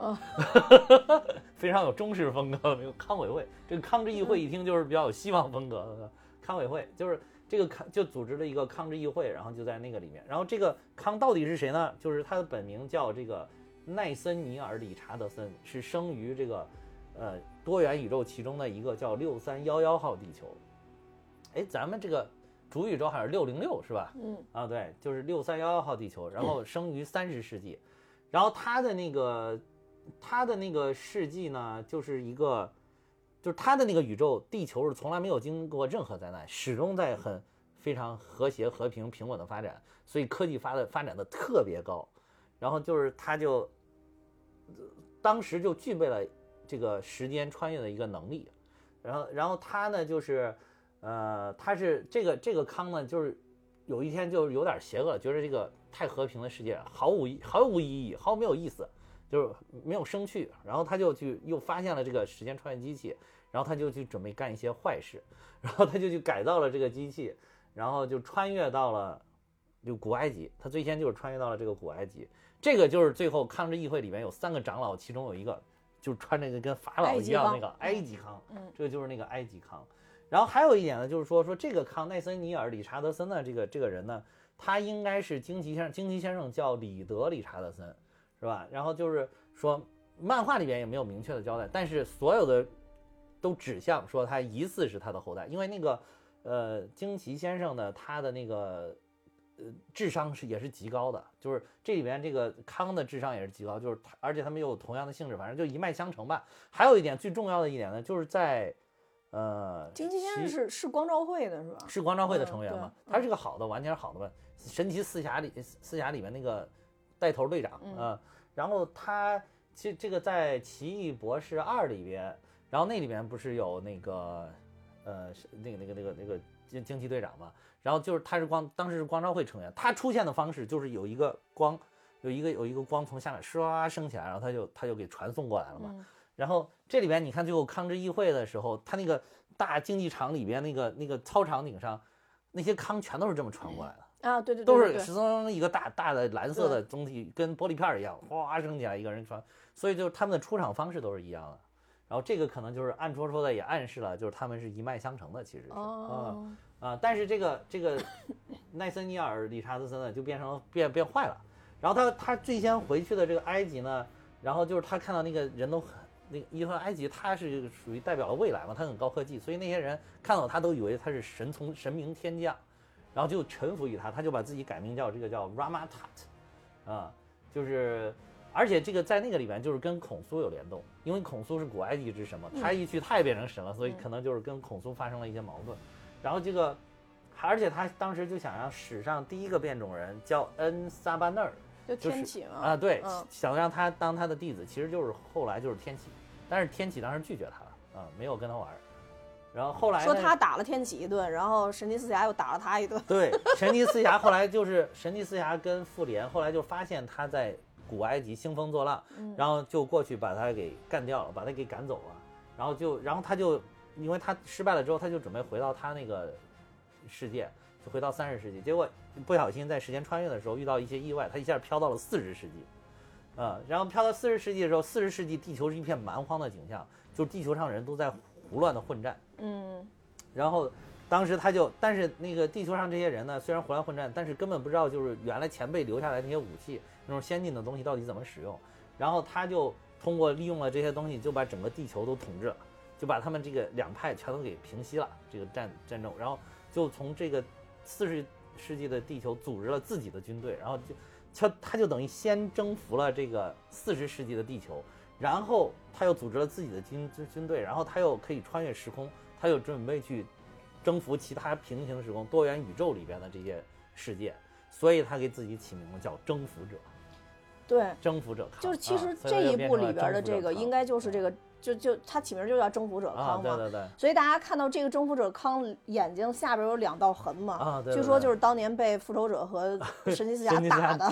B: 非常有中式风格的那个康委会。这个康之议会一听就是比较有西方风格的康委会，就是这个就组织了一个康之议会，然后就在那个里面。然后这个康到底是谁呢？就是他的本名叫这个奈森尼尔理查德森，是生于这个多元宇宙其中的一个叫6311号地球。哎，咱们这个主宇宙还是606是吧？对，就是6311号地球，然后生于30世纪，然后他的那个世纪呢，就是他的那个宇宙，地球是从来没有经过任何灾难，始终在非常和谐、和平、平稳的发展，所以科技发展的特别高。然后就是当时就具备了这个时间穿越的一个能力，然后他呢就是他是这个康呢，就是有一天就是有点邪恶，觉得这个太和平的世界毫无意义，毫没有意思，就是没有生趣，然后他就又发现了这个时间穿越机器，然后他就去准备干一些坏事，然后他就去改造了这个机器，然后就穿越到了就古埃及，他最先就是穿越到了这个古埃及，这个就是最后康之议会里面有3个长老，其中有一个就穿着跟法老一样那个埃及康，这个就是那个埃及康。然后还有一点呢，就是说这个康奈森尼尔理查德森的这个人呢，他应该是惊奇先生叫里德理查德森，是吧？然后就是说漫画里边也没有明确的交代，但是所有的都指向说他疑似是他的后代，因为那个惊奇先生呢，他的那个智商也是极高的，就是这里边这个康的智商也是极高，就是而且他们又有同样的性质，反正就一脉相承吧。还有一点最重要的一点呢，就是在
A: 惊奇先生是光照会的是吧？
B: 是光照会的成员嘛？他是个好的，完全是好的嘛。神奇四侠里面那个带头队长然后他这个在奇异博士2里边，然后那里边不是有那个那个惊奇队长嘛？然后就是他是当时是光照会成员，他出现的方式就是有一个光从下面唰升起来，然后他就给传送过来了嘛。然后这里边你看最后康之议会的时候，他那个大竞技场里边那个操场顶上那些康全都是这么传过来的
A: 啊，对，
B: 都是一个大的蓝色的东西，跟玻璃片一样，哗升起来一个人传，所以就是他们的出场方式都是一样的。然后这个可能就是暗戳戳的也暗示了，就是他们是一脉相承的，其实是但是这个奈森尼尔理查德森呢就变坏了。然后他最先回去的这个埃及呢，然后就是他看到那个人都很那个，因为埃及他是属于代表了未来嘛，他很高科技，所以那些人看到他都以为他是神明天降，然后就臣服于他，他就把自己改名叫这个叫 Rama-Tut， 啊，就是。而且这个在那个里面就是跟孔苏有联动，因为孔苏是古埃及之神嘛，他一去他也变成神了，所以可能就是跟孔苏发生了一些矛盾。然后这个，而且他当时就想让史上第一个变种人叫恩萨巴讷尔，
A: 就天启嘛
B: 啊，对，想让他当他的弟子，其实就是后来就是天启，但是天启当时拒绝他了啊，没有跟他玩。然后后来
A: 说他打了天启一顿，然后神奇四侠又打了他一顿。
B: 对，神奇四侠后来就是神奇四侠跟复联后来就发现他在古埃及兴风作浪，然后就过去把他给干掉了，把他给赶走了，然后他就因为他失败了之后，他就准备回到他那个世界，就回到30世纪，结果不小心在时间穿越的时候遇到一些意外，他一下飘到了40世纪，然后飘到40世纪的时候，40世纪地球是一片蛮荒的景象，就是地球上人都在胡乱的混战，然后当时但是那个地球上这些人呢，虽然胡乱混战，但是根本不知道就是原来前辈留下来那些武器那种先进的东西到底怎么使用，然后他就通过利用了这些东西，就把整个地球都统治了，就把他们这个两派全都给平息了这个战争，然后就从这个40世纪的地球组织了自己的军队，然后他就等于先征服了这个40世纪的地球，然后他又组织了自己的军队，然后他又可以穿越时空，他又准备去征服其他平行时空多元宇宙里边的这些世界，所以他给自己起名字叫征服者。
A: 对，
B: 征服者康，
A: 就是其实这一部里边的这个应该就是这个就他起名就叫征服者康嘛，
B: 对，
A: 所以大家看到这个征服者康眼睛下边有2道痕嘛，
B: 对，
A: 据说就是当年被复仇者和神奇四侠打的，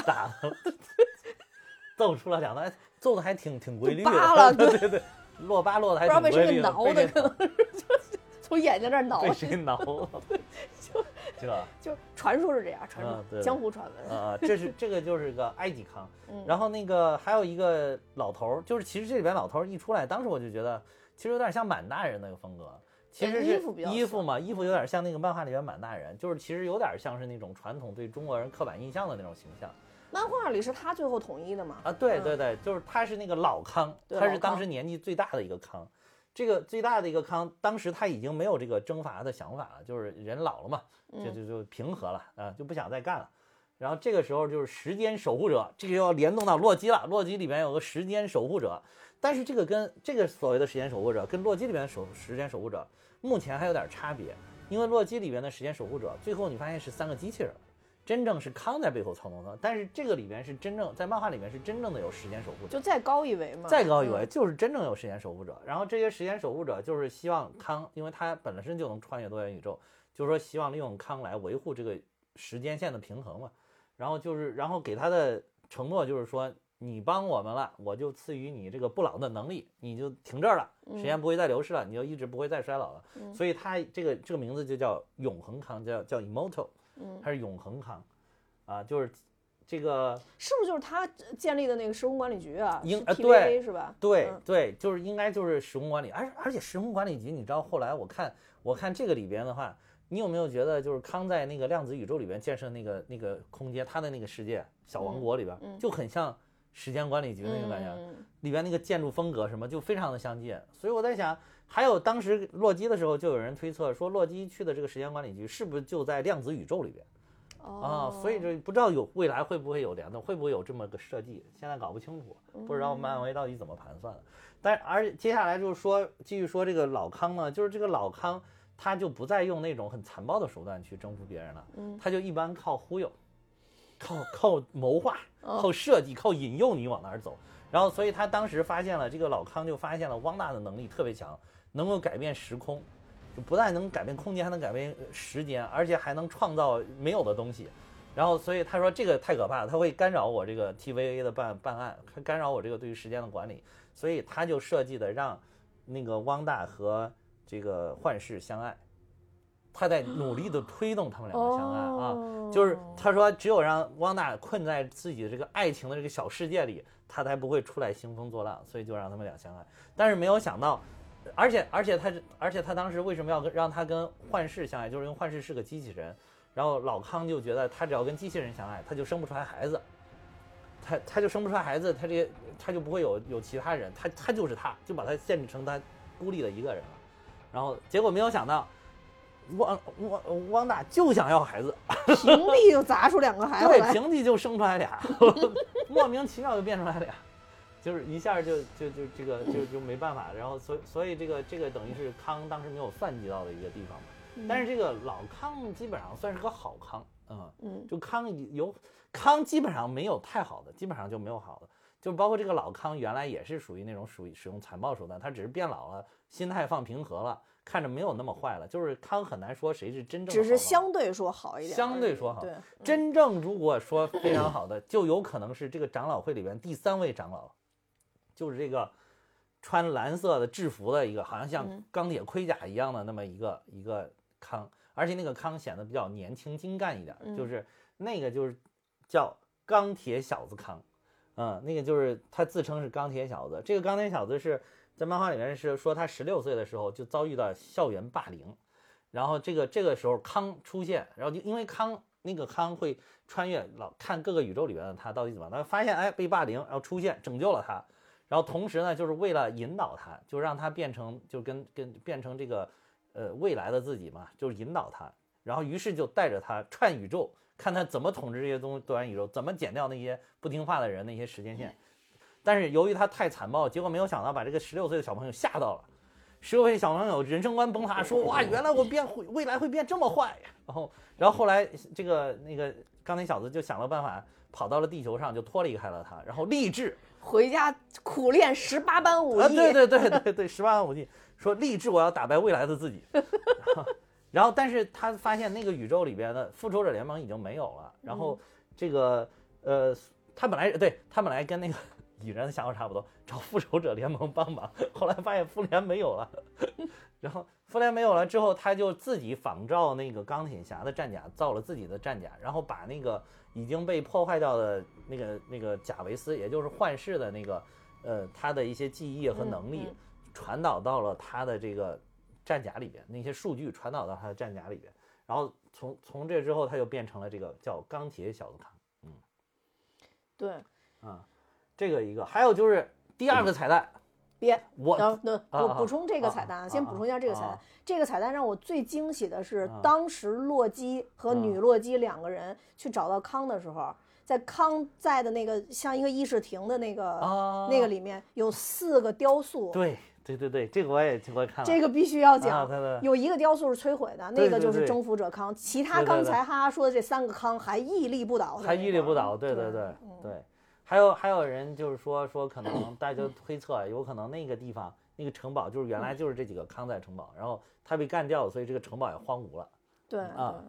B: 揍出了2道，揍的还挺规律的，
A: 扒了，
B: 对，落疤落的还挺规律的，
A: 不知道被谁挠的，可能是从眼睛这儿挠，
B: 被谁挠了？
A: 就传说是这样，传说江湖传闻
B: 这个就是个埃及康，然后那个还有一个老头，就是其实这里边老头一出来，当时我就觉得其实有点像满大人那个风格，其实是衣服嘛，衣服有点像那个漫画里边满大人，就是其实有点像是那种传统对中国人刻板印象的那种形象。
A: 漫画里是他最后统一的嘛？
B: 对，就是他是那个老康，他是当时年纪最大的一个康。这个最大的一个康，当时他已经没有这个征伐的想法了，就是人老了嘛，就平和了啊，就不想再干了。然后这个时候就是时间守护者，这个要联动到洛基了。洛基里面有个时间守护者，但是这个跟这个所谓的时间守护者跟洛基里面的时间守护者目前还有点差别，因为洛基里面的时间守护者最后你发现是3个机器人。真正是康在背后操纵它，但是这个里面是真正在漫画里面是真正的有时间守护者，
A: 就再高一维嘛，
B: 再高一维就是真正有时间守护者。然后这些时间守护者就是希望康，因为他本身就能穿越多元宇宙，就是说希望利用康来维护这个时间线的平衡嘛。然后给他的承诺就是说，你帮我们了，我就赐予你这个不老的能力，你就停这儿了，时间不会再流逝了，你就一直不会再衰老了。所以他这个名字就叫永恒康，叫 Immortal。它是永恒康，就是这个
A: 是不是就是他建立的那个时空管理局啊
B: ？TVA
A: 是吧？
B: 对，就是应该就是时空管理，而且时空管理局，你知道后来我看这个里边的话，你有没有觉得就是康在那个量子宇宙里边建设那个空间，他的那个世界小王国里边，就很像时间管理局那个感觉，里边那个建筑风格什么就非常的相近。所以我在想，还有当时洛基的时候，就有人推测说，洛基去的这个时间管理局是不是就在量子宇宙里边？所以这不知道未来会不会有联动，会不会有这么个设计，现在搞不清楚，不知道漫威到底怎么盘算的。而接下来就是说，继续说这个老康呢，就是这个老康他就不再用那种很残暴的手段去征服别人了，他就一般靠忽悠，靠谋划，靠设计，靠引诱你往哪儿走。然后所以他当时发现了这个老康就发现了汪大的能力特别强，能够改变时空，就不但能改变空间，还能改变时间，而且还能创造没有的东西。然后所以他说这个太可怕了，他会干扰我这个 TVA 的办案，干扰我这个对于时间的管理。所以他就设计的让那个汪大和这个幻视相爱，他在努力的推动他们两个相爱就是他说只有让汪大困在自己的这个爱情的这个小世界里，他才不会出来兴风作浪，所以就让他们俩相爱。但是没有想到，而且他当时为什么要让他跟幻视相爱，就是因为幻视是个机器人， 然后老康就觉得他只要跟机器人相爱，他就生不出来孩子，他就生不出来孩子，他就不会有其他人，他就是他，就把他限制成他孤立的一个人了。然后结果没有想到，汪大就想要孩子，
A: 平地就砸出2个孩子来，
B: 对，平地就生出来俩，莫名其妙就变出来俩，就是一下就这个就没办法。然后所以这个等于是康当时没有算计到的一个地方嘛。但是这个老康基本上算是个好康，就康基本上没有太好的，基本上就没有好的，就包括这个老康原来也是属于那种使用残暴手段，他只是变老了，心态放平和了，看着没有那么坏了。就是康很难说谁是真正的好，
A: 只是相对说好一点，
B: 相对说好。
A: 对，
B: 真正如果说非常好的，就有可能是这个长老会里边第3位长老，就是这个穿蓝色的制服的一个，好像像钢铁盔甲一样的那么一个康，而且那个康显得比较年轻精干一点，就是那个就是叫钢铁小子康，那个就是他自称是钢铁小子。这个钢铁小子是在漫画里面是说他16岁的时候就遭遇到校园霸凌，然后这个时候康出现，然后就因为那个康会穿越看各个宇宙里面的他到底怎么样，他发现被霸凌，然后出现拯救了他，然后同时呢就是为了引导他，就让他变成就变成这个未来的自己嘛，就是引导他，然后于是就带着他串宇宙，看他怎么统治这些多元宇宙，怎么剪掉那些不听话的人那些时间线。但是由于他太残暴，结果没有想到把这个16岁的小朋友吓到了。16岁小朋友人生观崩塌，说哇，原来我未来会变这么坏。然后后来那个钢铁小子就想了办法，跑到了地球上，就脱离开了他，然后立志
A: 回家苦练18般武艺。
B: 对，18般武艺，说立志我要打败未来的自己。然后但是他发现那个宇宙里边的复仇者联盟已经没有了，然后这个他本来跟那个蚁人的想法差不多，找复仇者联盟帮忙，后来发现复联没有了，然后复联没有了之后，他就自己仿照那个钢铁侠的战甲造了自己的战甲，然后把那个已经被破坏掉的那个贾维斯，也就是幻视的那个他的一些记忆和能力传导到了他的这个战甲里边，那些数据传导到他的战甲里边，然后从这之后他就变成了这个叫钢铁小子康。
A: 对，
B: 这个一个，还有就是第2个彩蛋。
A: 我补充这个彩蛋，先补充一下这个彩蛋。这个彩蛋让我最惊喜的是，当时洛基和女洛基2个人去找到康的时候，在康在的那个像一个议事亭的那个里面有4个雕塑。
B: 对，这个我也看了。
A: 这个必须要讲，有一个雕塑是摧毁的，那个就是征服者康。其他刚才哈哈说的这3个康还屹立不倒。对。还有人就是说可能大家推测有可能那个地方那个城堡就是原来就是这几个康在城堡，然后他被干掉了，所以这个城堡也荒芜了。 对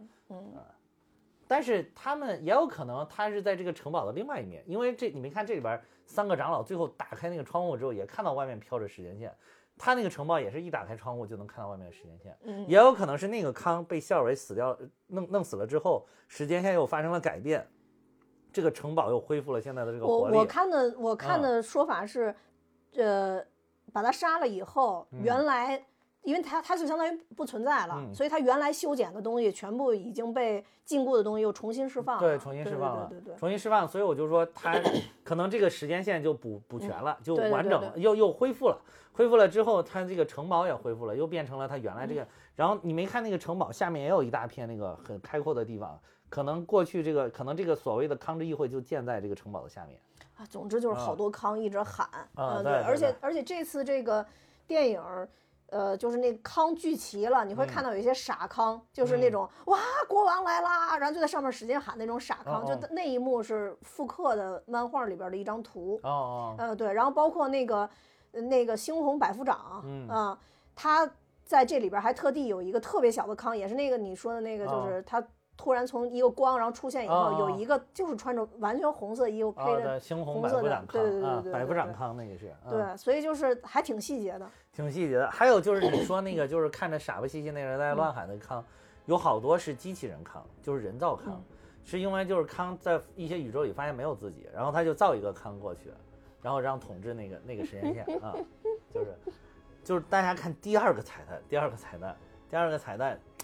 B: 但是他们也有可能他是在这个城堡的另外一面，因为你没看这里边3个长老最后打开那个窗户之后也看到外面飘着时间线，他那个城堡也是一打开窗户就能看到外面的时间线。也有可能是那个康被孝伟死掉弄死了之后，时间线又发生了改变，这个城堡又恢复了现在的这个活力。
A: 我看的说法是，把他杀了以后，原来因为他就相当于不存在了，所以他原来修剪的东西全部已经被禁锢的东西又重新释放了。
B: 对，重新释放了，重新释放。所以我就说他可能这个时间线就补全了，就完整了，又恢复了。恢复了之后，他这个城堡也恢复了，又变成了他原来这个。然后你没看那个城堡下面也有一大片那个很开阔的地方。可能过去这个所谓的康之议会就建在这个城堡的下面
A: 啊。总之就是好多康一直喊
B: 对，
A: 而且这次这个电影就是那康聚齐了，你会看到有一些傻康，就是那种哇国王来啦，然后就在上面使劲喊那种傻康，就那一幕是复刻的漫画里边的一张图对，然后包括那个猩红百夫长他在这里边还特地有一个特别小的康，也是那个你说的那个，就是他突然从一个光然后出现以后，有一个就是穿着完全红色衣服，配着
B: 猩红
A: 红色的，
B: 对，百夫长康那个是，
A: 对，所以就是还挺细节的，
B: 挺细节的。还有就是你说那个就是看着傻不兮兮那人在乱喊的康，有好多是机器人康，就是人造康，是因为就是康在一些宇宙里发现没有自己，然后他就造一个康过去，然后让统治那个时间线就是大家看第二个彩蛋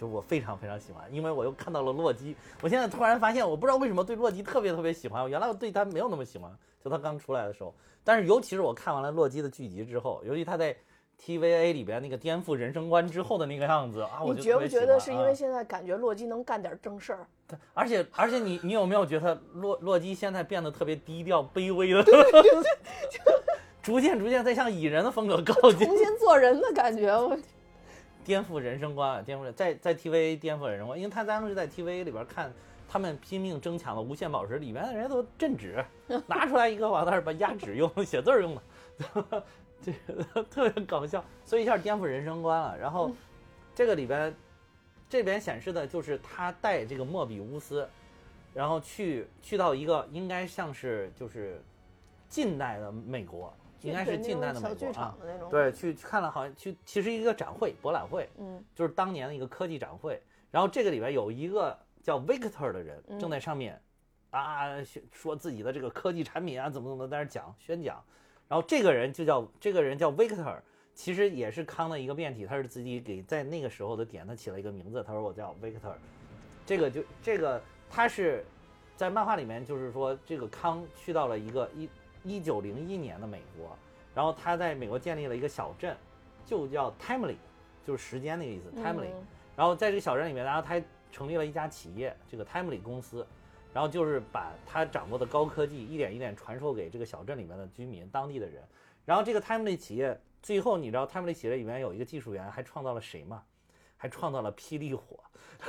B: 就是我非常非常喜欢，因为我又看到了洛基。我现在突然发现，我不知道为什么对洛基特别特别喜欢，原来我对他没有那么喜欢，就他刚出来的时候。但是尤其是我看完了洛基的剧集之后，尤其他在 TVA 里边那个颠覆人生观之后的那个样子啊，我就特别喜欢。
A: 你觉不觉得是因为现在感觉洛基能干点正事儿？
B: 而且你有没有觉得洛基现在变得特别低调卑微的，逐渐在向蚁人的风格靠近，
A: 重新做人的感觉。我
B: 颠覆人生观，在 TVA 颠覆人生观，因为他当时在 TVA 里边看他们拼命争抢的无限宝石，里面的人都镇纸，拿出来一个往那儿把压纸用写字用的，这个特别搞笑，所以一下颠覆人生观了。然后这个里边这边显示的就是他带这个莫比乌斯，然后去到一个应该像是就是近代的美国。应该是近代的美国啊，对，去看了，好像其实一个展会博览会，就是当年的一个科技展会。然后这个里边有一个叫 Victor 的人正在上面说自己的这个科技产品啊怎么在那宣讲。然后这个人叫 Victor， 其实也是康的一个变体，他是自己给在那个时候的点他起了一个名字，他说我叫 Victor。这个他是在漫画里面就是说这个康去到了一个1901年的美国，然后他在美国建立了一个小镇，就叫 Timely， 就是时间那个意思 Timely。然后在这个小镇里面，然后他成立了一家企业，这个 Timely 公司，然后就是把他掌握的高科技一点一点传授给这个小镇里面的居民、当地的人。然后这个 Timely 企业最后，你知道 Timely 企业里面有一个技术员还创造了谁吗？还创造了霹雳火，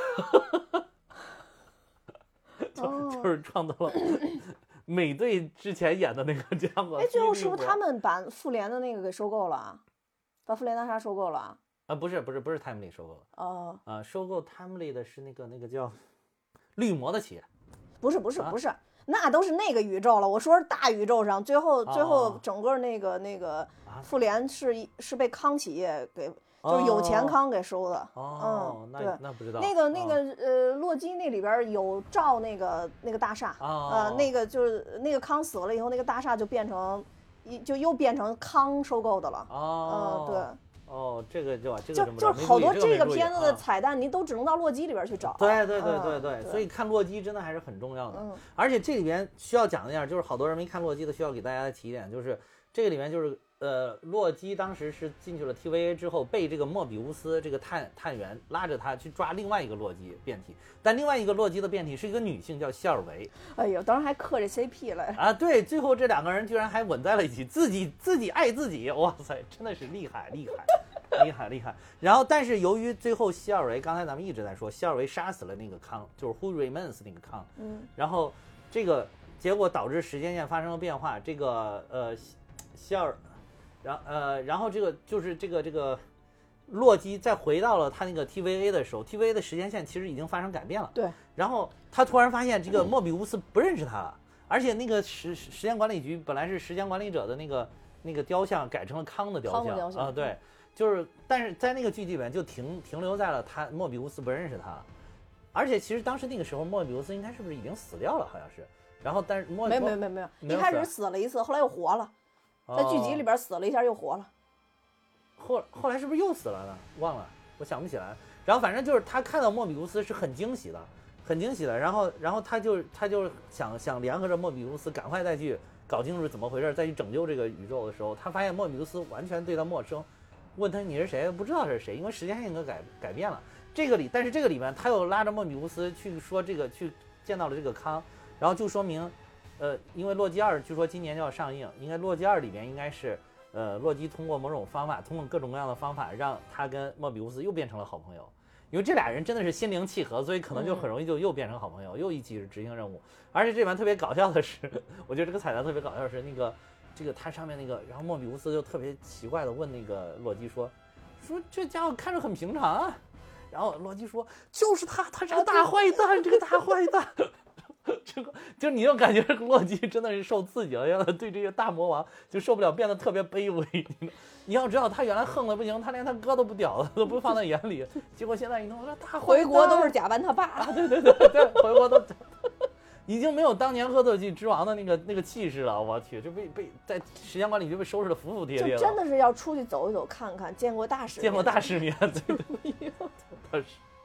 B: 就是创造了。美队之前演的那个家伙，
A: 最后是不是他们把复联的那个给收购了，把复联大厦收购了？
B: 不是 Timely 收购了。收购 Timely 的是那个叫绿魔的企业。
A: 不是，那都是那个宇宙了。我说是大宇宙上，最后整个那个复联是被康企业给。就是有钱康给收的。
B: 那不知道。
A: 那个洛基那里边有照那个大厦，那个就是那个康死了以后，那个大厦就又变成康收购的了。对。这个就是好多这个片子的彩蛋，你都只能到洛基里边去找。
B: 对，所以看洛基真的还是很重要的。而且这里边需要讲一点，就是好多人没看洛基的，需要给大家提一点，就是这个里面就是。洛基当时是进去了 TVA 之后，被这个莫比乌斯这个探员拉着他去抓另外一个洛基变体，但另外一个洛基的变体是一个女性，叫希尔维。
A: 哎呦，当时还磕这 CP 了
B: 对，最后这两个人居然还吻在了一起，自己爱自己，哇塞，真的是厉害。然后，但是由于最后希尔维，刚才咱们一直在说，希尔维杀死了那个康，就是 Who Remains 那个康，然后这个结果导致时间线发生了变化，这个希尔。然后这个就是这个洛基再回到了他那个 TVA 的时候 ，TVA 的时间线其实已经发生改变了。
A: 对。
B: 然后他突然发现这个莫比乌斯不认识他了，而且那个时间管理局本来是时间管理者的那个雕像改成了康的雕像。对，就是但是在那个剧集里面就停留在了莫比乌斯不认识他，而且其实当时那个时候莫比乌斯应该是不是已经死掉了，好像是。然后但是没
A: 有，一开始死了一次，后来又活了。在剧集里边死了一下又活了，
B: 后来是不是又死了呢？忘了，我想不起来。然后反正就是他看到莫比乌斯是很惊喜的，然后他就想联合着莫比乌斯赶快再去搞清楚怎么回事，再去拯救这个宇宙的时候，他发现莫比乌斯完全对他陌生，问他你是谁，不知道是谁，因为时间线已经改变了。但是这个里面他又拉着莫比乌斯去说去见到了这个康，然后就说明。因为洛基2据说今年就要上映，应该洛基2里面应该是，洛基通过某种方法，通过各种各样的方法，让他跟莫比乌斯又变成了好朋友。因为这俩人真的是心灵契合，所以可能就很容易就又变成好朋友，又一起执行任务。而且这边特别搞笑的是，我觉得这个彩蛋特别搞笑的是这个他上面那个，然后莫比乌斯就特别奇怪的问那个洛基说这家伙看着很平常啊，然后洛基说就是他是个大坏蛋，这个大坏蛋。这个就你就感觉这个洛基真的是受刺激了，让他对这些大魔王就受不了，变得特别卑微。你要知道，他原来横的不行，他连他哥都不屌的，都不放在眼里。结果现在一弄，说他
A: 回国都是假扮他爸。
B: 对，回国都已经没有当年恶作剧之王的那个气势了。我去，这被在时间管理局被收拾的服服帖帖了。
A: 就真的是要出去走一走看看，见过大世面。
B: 对，他是。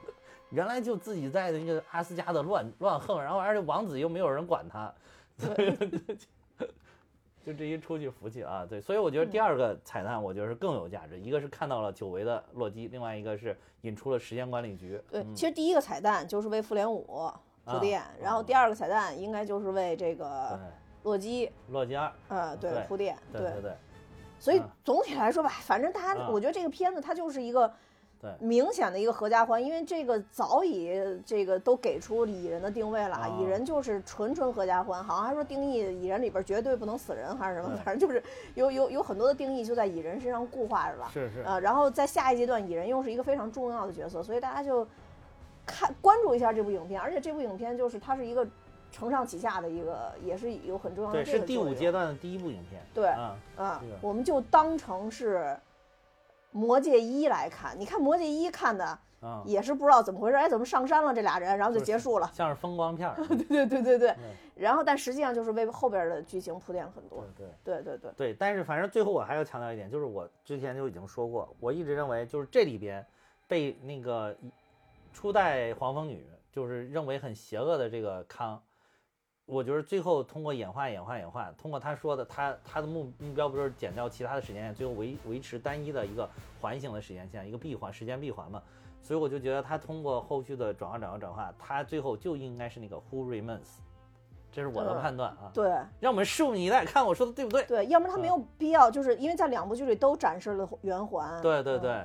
B: 原来就自己在那个阿斯加德乱横，然后而且王子又没有人管他，就这一出去服气啊。对，所以我觉得第二个彩蛋我觉得是更有价值，一个是看到了久违的洛基，另外一个是引出了时间管理局。
A: 对，其实第一个彩蛋就是为复联5铺垫，然后第二个彩蛋应该就是为这个洛基
B: 2，
A: 对，铺垫，
B: 对。
A: 所以总体来说吧，反正我觉得这个片子它就是一个明显的一个合家欢，因为这个早已这个都给出蚁人的定位了，蚁人就是纯合家欢，好像还说定义蚁人里边绝对不能死人还是什么，反正就是有很多的定义就在蚁人身上固化着了。
B: 是
A: 然后在下一阶段，蚁人又是一个非常重要的角色，所以大家就关注一下这部影片，而且这部影片就是它是一个承上启下的一个，也是有很重要的。
B: 对，是第5阶段的第1部影片。
A: 对，我们就当成是魔戒1来看。你看魔戒1看的，也是不知道怎么回事，怎么上山了这俩人，然后就结束了，
B: 像是风光片。
A: 对。然后但实际上就是为后边的剧情铺垫很多。对。
B: 但是反正最后我还要强调一点，就是我之前就已经说过，我一直认为就是这里边被那个初代黄蜂女就是认为很邪恶的这个康。我觉得最后通过演化，通过他说的，他的目标不是减掉其他的时间线，最后维持单一的一个环形的时间线，一个时间闭环嘛。所以我就觉得他通过后续的转化，他最后就应该是那个 Who Remains， 这是我的判断啊。
A: 对，
B: 让我们拭目以待，看我说的对不对？
A: 对，要不然他没有必要，就是因为在2部剧里都展示了圆环。
B: 对。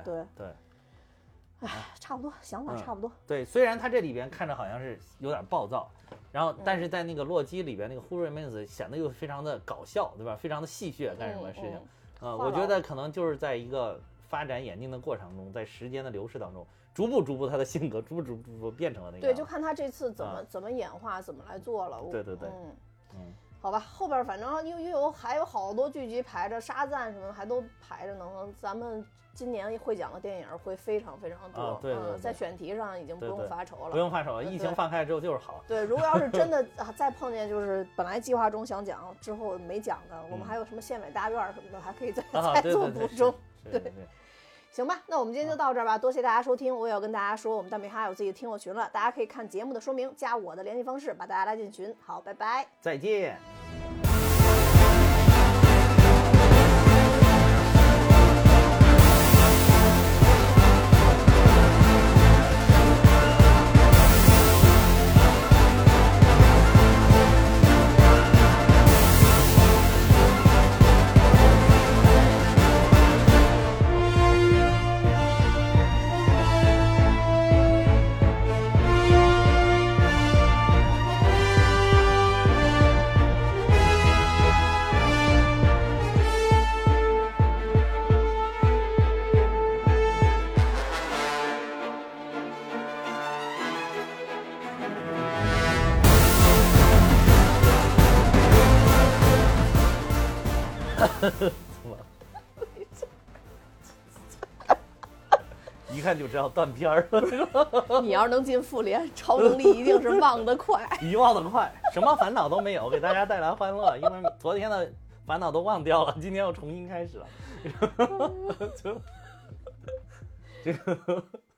A: 哎，差不多，想法差不多。
B: 对，虽然他这里边看着好像是有点暴躁，然后但是在那个洛基里边，那个 Who Remains 显得又非常的搞笑，对吧？非常的戏谑，干什么事情？我觉得可能就是在一个发展演进的过程中，在时间的流逝当中，逐步他的性格逐步变成了那个。
A: 对，就看他这次怎么演化，怎么来做了。
B: 对。
A: 好吧，后边反正还有好多剧集排着，沙赞什么还都排着呢。咱们今年会讲的电影会非常多。
B: 对，
A: 在选题上已经不用发愁了。
B: 不用发愁了，疫情放开之后就是好。
A: 对，如果要是真的再碰见就是本来计划中想讲之后没讲的，我们还有什么县委大院什么的，还可以再做补充。对。行吧，那我们今天就到这儿吧，多谢大家收听。我也要跟大家说，我们蛋米哈有自己的听友群了，大家可以看节目的说明，加我的联系方式，把大家拉进群。好，拜拜，
B: 再见。一看就知道断片了。
A: 你要是能进复联，超能力一定是忘得快，
B: 遗忘得快，什么烦恼都没有，给大家带来欢乐。因为昨天的烦恼都忘掉了，今天又重新开始了。这个。